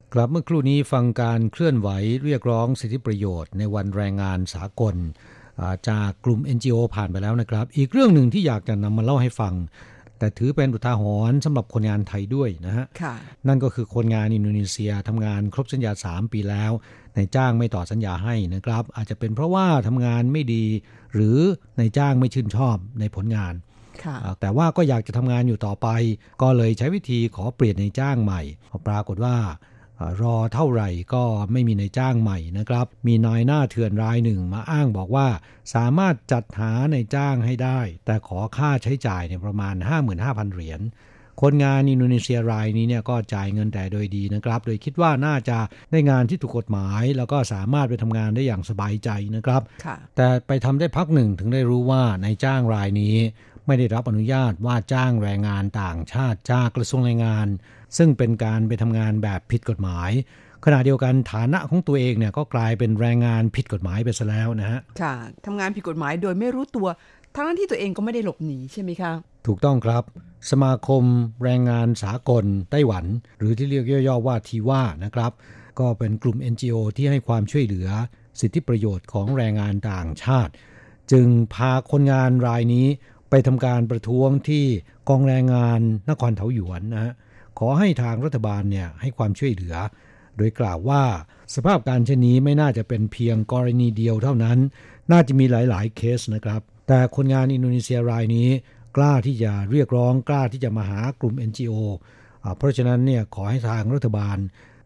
ครับเมื่อครู่นี้ฟังการเคลื่อนไหวเรียกร้องสิทธิประโยชน์ในวันแรงงานสากลจากกลุ่ม NGO ผ่านไปแล้วนะครับอีกเรื่องหนึ่งที่อยากจะนำมาเล่าให้ฟังแต่ถือเป็นอุทาหรณ์สำหรับคนงานไทยด้วยนะฮะนั่นก็คือคนงานอินโดนีเซียทำงานครบสัญญา3 ปีแล้วนายจ้างไม่ต่อสัญญาให้นะครับอาจจะเป็นเพราะว่าทำงานไม่ดีหรือนายจ้างไม่ชื่นชอบในผลงานแต่ว่าก็อยากจะทำงานอยู่ต่อไปก็เลยใช้วิธีขอเปลี่ยนนายจ้างใหม่ปรากฏว่ารอเท่าไหร่ก็ไม่มีนายจ้างใหม่นะครับมีนายหน้าเถื่อนรายหนึ่งมาอ้างบอกว่าสามารถจัดหานายจ้างให้ได้แต่ขอค่าใช้จ่ายประมาณ 55,000 เหรียญคนงานอินโดนีเซียรายนี้เนี่ยก็จ่ายเงินแต่โดยดีนะครับโดยคิดว่าน่าจะได้งานที่ถูกกฎหมายแล้วก็สามารถไปทำงานได้อย่างสบายใจนะครับแต่ไปทำได้พักหนึ่งถึงได้รู้ว่านายจ้างรายนี้ไม่ได้รับอนุญาตว่าจ้างแรงงานต่างชาติจากกระทรวงแรงงานซึ่งเป็นการไปทำงานแบบผิดกฎหมายขณะเดียวกันฐานะของตัวเองเนี่ยก็กลายเป็นแรงงานผิดกฎหมายไปซะแล้วนะฮะค่ะทำงานผิดกฎหมายโดยไม่รู้ตัวทั้งที่ตัวเองก็ไม่ได้หลบหนีใช่ไหมคะถูกต้องครับสมาคมแรงงานสากลไต้หวันหรือที่เรียกย่อๆว่าทีว่านะครับก็เป็นกลุ่ม NGO ที่ให้ความช่วยเหลือสิทธิประโยชน์ของแรงงานต่างชาติจึงพาคนงานรายนี้ไปทำการประท้วงที่กองแรงงานนครเถาหยวนนะฮะขอให้ทางรัฐบาลเนี่ยให้ความช่วยเหลือโดยกล่าวว่าสภาพการเช่นนี้ไม่น่าจะเป็นเพียงกรณีเดียวเท่านั้นน่าจะมีหลายๆเคสนะครับแต่คนงานอินโดนีเซียรายนี้กล้าที่จะเรียกร้องกล้าที่จะมาหากลุ่ม NGO เพราะฉะนั้นเนี่ยขอให้ทางรัฐบาล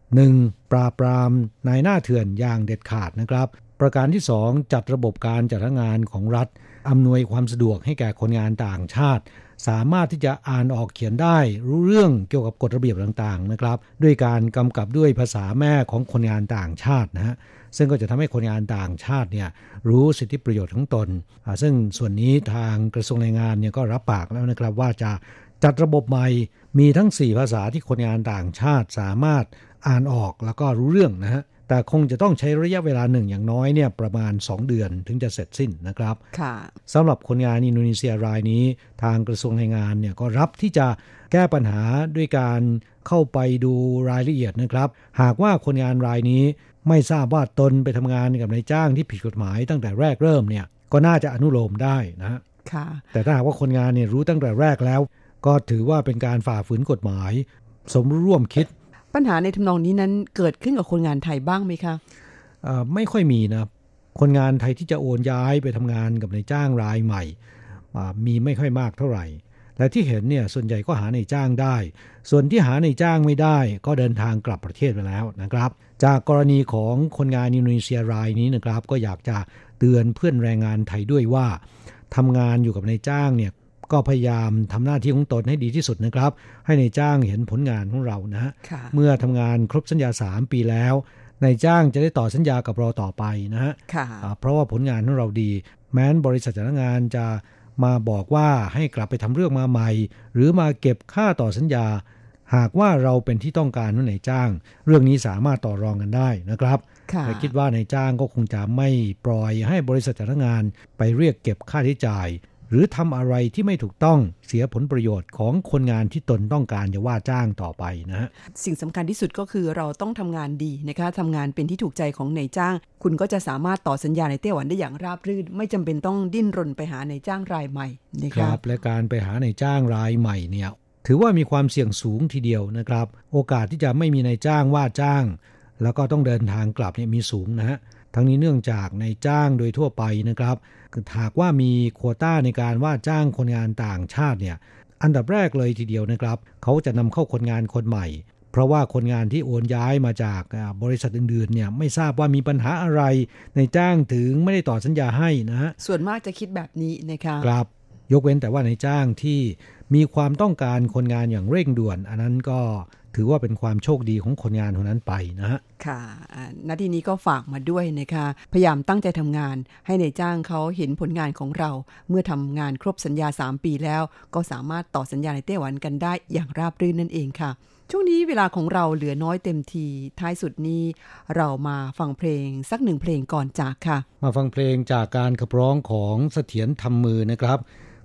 1. ปราบปรามนายหน้าเถื่อนอย่างเด็ดขาดนะครับประการที่ 2. จัดระบบการจัดงานของรัฐอำนวยความสะดวกให้แก่คนงานต่างชาติสามารถที่จะอ่านออกเขียนได้รู้เรื่องเกี่ยวกับกฎระเบียบต่างๆนะครับด้วยการกำกับด้วยภาษาแม่ของคนงานต่างชาตินะฮะซึ่งก็จะทำให้คนงานต่างชาติเนี่ยรู้สิทธิประโยชน์ของตนซึ่งส่วนนี้ทางกระทรวงแรงงานเนี่ยก็รับปากแล้วนะครับว่าจะจัดระบบใหม่มีทั้ง4ภาษาที่คนงานต่างชาติสามารถอ่านออกแล้วก็รู้เรื่องนะฮะแต่คงจะต้องใช้ระยะเวลาหนึ่งอย่างน้อยเนี่ยประมาณ2 เดือนถึงจะเสร็จสิ้นนะครับสำหรับคนงานอินโดนีเซียรายนี้ทางกระทรวงแรงงานเนี่ยก็รับที่จะแก้ปัญหาด้วยการเข้าไปดูรายละเอียดนะครับหากว่าคนงานรายนี้ไม่ทราบว่าตนไปทำงานกับนายจ้างที่ผิดกฎหมายตั้งแต่แรกเริ่มเนี่ยก็น่าจะอนุโลมได้นะแต่ถ้าหากว่าคนงานเนี่ยรู้ตั้งแต่แรกแล้วก็ถือว่าเป็นการฝ่าฝืนกฎหมายสมรู้ร่วมคิดปัญหาในทำนองนี้นั้นเกิดขึ้นกับคนงานไทยบ้างไหมคะไม่ค่อยมีนะคนงานไทยที่จะโอนย้ายไปทำงานกับนายจ้างรายใหม่มีไม่ค่อยมากเท่าไหร่และที่เห็นเนี่ยส่วนใหญ่ก็หานายจ้างได้ส่วนที่หานายจ้างไม่ได้ก็เดินทางกลับประเทศไปแล้วนะครับจากกรณีของคนงานอินโดนีเซียรายนี้นะครับก็อยากจะเตือนเพื่อนแรงงานไทยด้วยว่าทำงานอยู่กับนายจ้างเนี่ยก็พยายามทำหน้าที่ของตนให้ดีที่สุดนะครับให้นายจ้างเห็นผลงานของเรานะฮะเมื่อทำงานครบสัญญา3 ปีแล้วนายจ้างจะได้ต่อสัญญากับเราต่อไปนะฮะเพราะว่าผลงานของเราดีแม้นบริษัทจ้างงานจะมาบอกว่าให้กลับไปทำเรื่องมาใหม่หรือมาเก็บค่าต่อสัญญาหากว่าเราเป็นที่ต้องการของนายจ้างเรื่องนี้สามารถต่อรองกันได้นะครับแต่คิดว่านายจ้างก็คงจะไม่ปล่อยให้บริษัทจ้างงานไปเรียกเก็บค่าใช้จ่ายหรือทำอะไรที่ไม่ถูกต้องเสียผลประโยชน์ของคนงานที่ตนต้องการจะว่าจ้างต่อไปนะฮะสิ่งสำคัญที่สุดก็คือเราต้องทำงานดีนะคะทำงานเป็นที่ถูกใจของนายจ้างคุณก็จะสามารถต่อสัญญาในไต้หวันได้อย่างราบรื่นไม่จำเป็นต้องดิ้นรนไปหานายจ้างรายใหม่นะครับและการไปหานายจ้างรายใหม่เนี่ยถือว่ามีความเสี่ยงสูงทีเดียวนะครับโอกาสที่จะไม่มีนายจ้างว่าจ้างแล้วก็ต้องเดินทางกลับเนี่ยมีสูงนะฮะทั้งนี้เนื่องจากนายจ้างโดยทั่วไปนะครับหากว่ามีโควต้าในการว่าจ้างคนงานต่างชาติเนี่ยอันดับแรกเลยทีเดียวนะครับเขาจะนำเข้าคนงานคนใหม่เพราะว่าคนงานที่โอนย้ายมาจากบริษัทอื่นๆเนี่ยไม่ทราบว่ามีปัญหาอะไรนายจ้างถึงไม่ได้ต่อสัญญาให้นะฮะส่วนมากจะคิดแบบนี้นะคะครับยกเว้นแต่ว่านายจ้างที่มีความต้องการคนงานอย่างเร่งด่วนอันนั้นก็ถือว่าเป็นความโชคดีของคนงานคนนั้นไปนะฮะค่ะณที่นี้ก็ฝากมาด้วยนะคะพยายามตั้งใจทำงานให้นายจ้างเขาเห็นผลงานของเราเมื่อทำงานครบสัญญา3 ปีแล้วก็สามารถต่อสัญญาในไต้หวันกันได้อย่างราบรื่นนั่นเองค่ะช่วงนี้เวลาของเราเหลือน้อยเต็มทีท้ายสุดนี้เรามาฟังเพลงสัก1 เพลงก่อนจากค่ะมาฟังเพลงจากการขับร้องของเสถียรทำมือนะครับเพ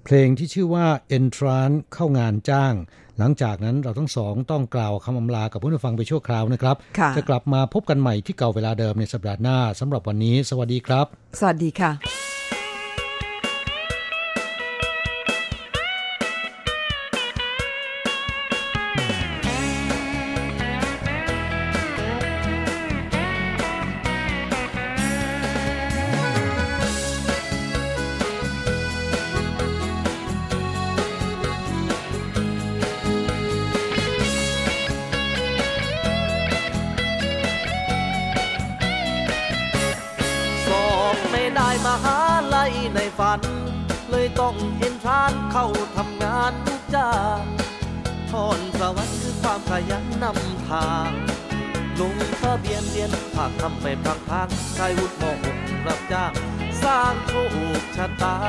เพลงที่ชื่อว่า Entrance เข้างานจ้างหลังจากนั้นเราทั้งสองต้องกล่าวคำอำลากับผู้ฟังไปชั่วคราวนะครับจะกลับมาพบกันใหม่ที่เก่าเวลาเดิมในสัปดาห์หน้าสำหรับวันนี้สวัสดีครับสวัสดีค่ะมหาลัยในฝันเลยต้องเอ็นทรานเข้าทำงานทุกจ้างพรสวรรค์คือความขยันนำทางลงทะเบียนเรียนภาคทำไปพังๆใช้วุฒิม.6 รับจ้างสร้างโชคชะตา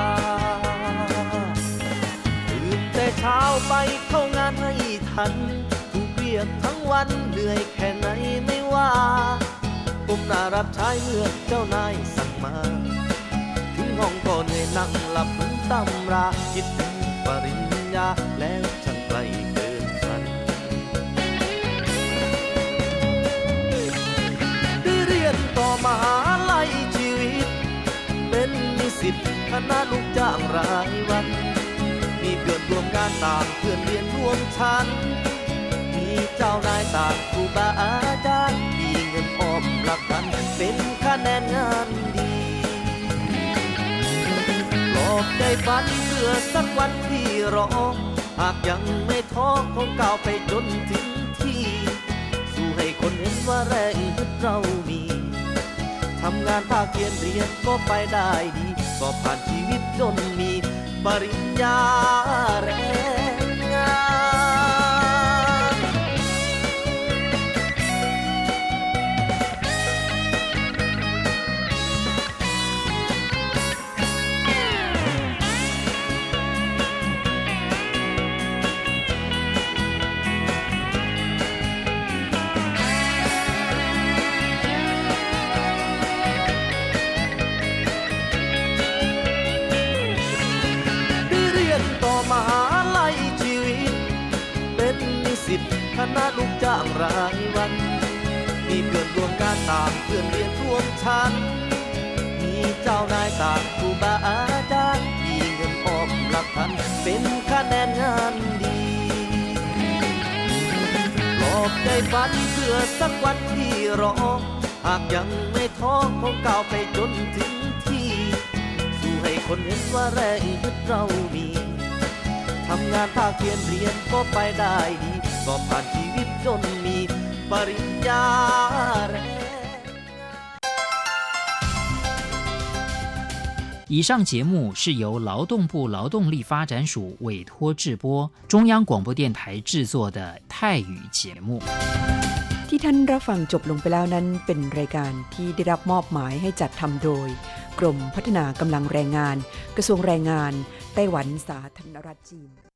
ตื่นแต่เช้าไปเข้างานให้ทันถูกเรียกทั้งวันเหนื่อยแค่ไหนไม่ว่าผมน่ารับใช้เมื่อเจ้านายสั่งมาห้องก็เหนื่อยนั่งหลับถึงตำราคิดถึงปริญญาแล้วฉันไกลเกินฝันได้เรียนต่อมหาลัยชีวิตเป็นนิสิตคณะลูกจ้างรายวันมีเพื่อนร่วมงานต่างเพื่อนเรียนร่วมชั้นมีเจ้านายต่างครูบาอาจารย์มีเงินออมหลักพันเป็นคะแนนงานดีใจฝันเพื่อสักวันที่รอหากยังไม่ท้อคงก้าวไปจนถึงที่สู้ให้คนเห็นว่าแรงฮึดเรามีทำงานภาคเรียนก็ไปได้ดีก็ผ่านชีวิตจนมีปริญญาแรงงานมหาลัยชีวิตเป็นนิสิตคณะลูกจ้างรายวันมีเพื่อนร่วมงานต่างเพื่อนเรียนร่วมชั้นมีเจ้านายต่างครูบาอาจารย์มีเงินออมหลักพันเป็นคะแนนงานดีปลอบใจฝันเพื่อสักวันที่รอหากยังไม่ท้อคงก้าวไปจนถึงที่สู้ให้คนเห็นว่าแรงฮึดเรามีทำงานภาคเรียนก็ไปได้ดีก็ผ่านชีวิตจนมีปริญญาแรง以上节目是由劳动部劳动力发展署委托制播，中央广播电台制作的泰语节目。 ที่ท่านรับฟังจบลงไปแล้วนั้นเป็นรายการที่ได้รับมอบหมายให้จัดทำโดยกรมพัฒนากำลังแรงงานกระทรวงแรงงานไต้หวันสาธารณรัฐจีน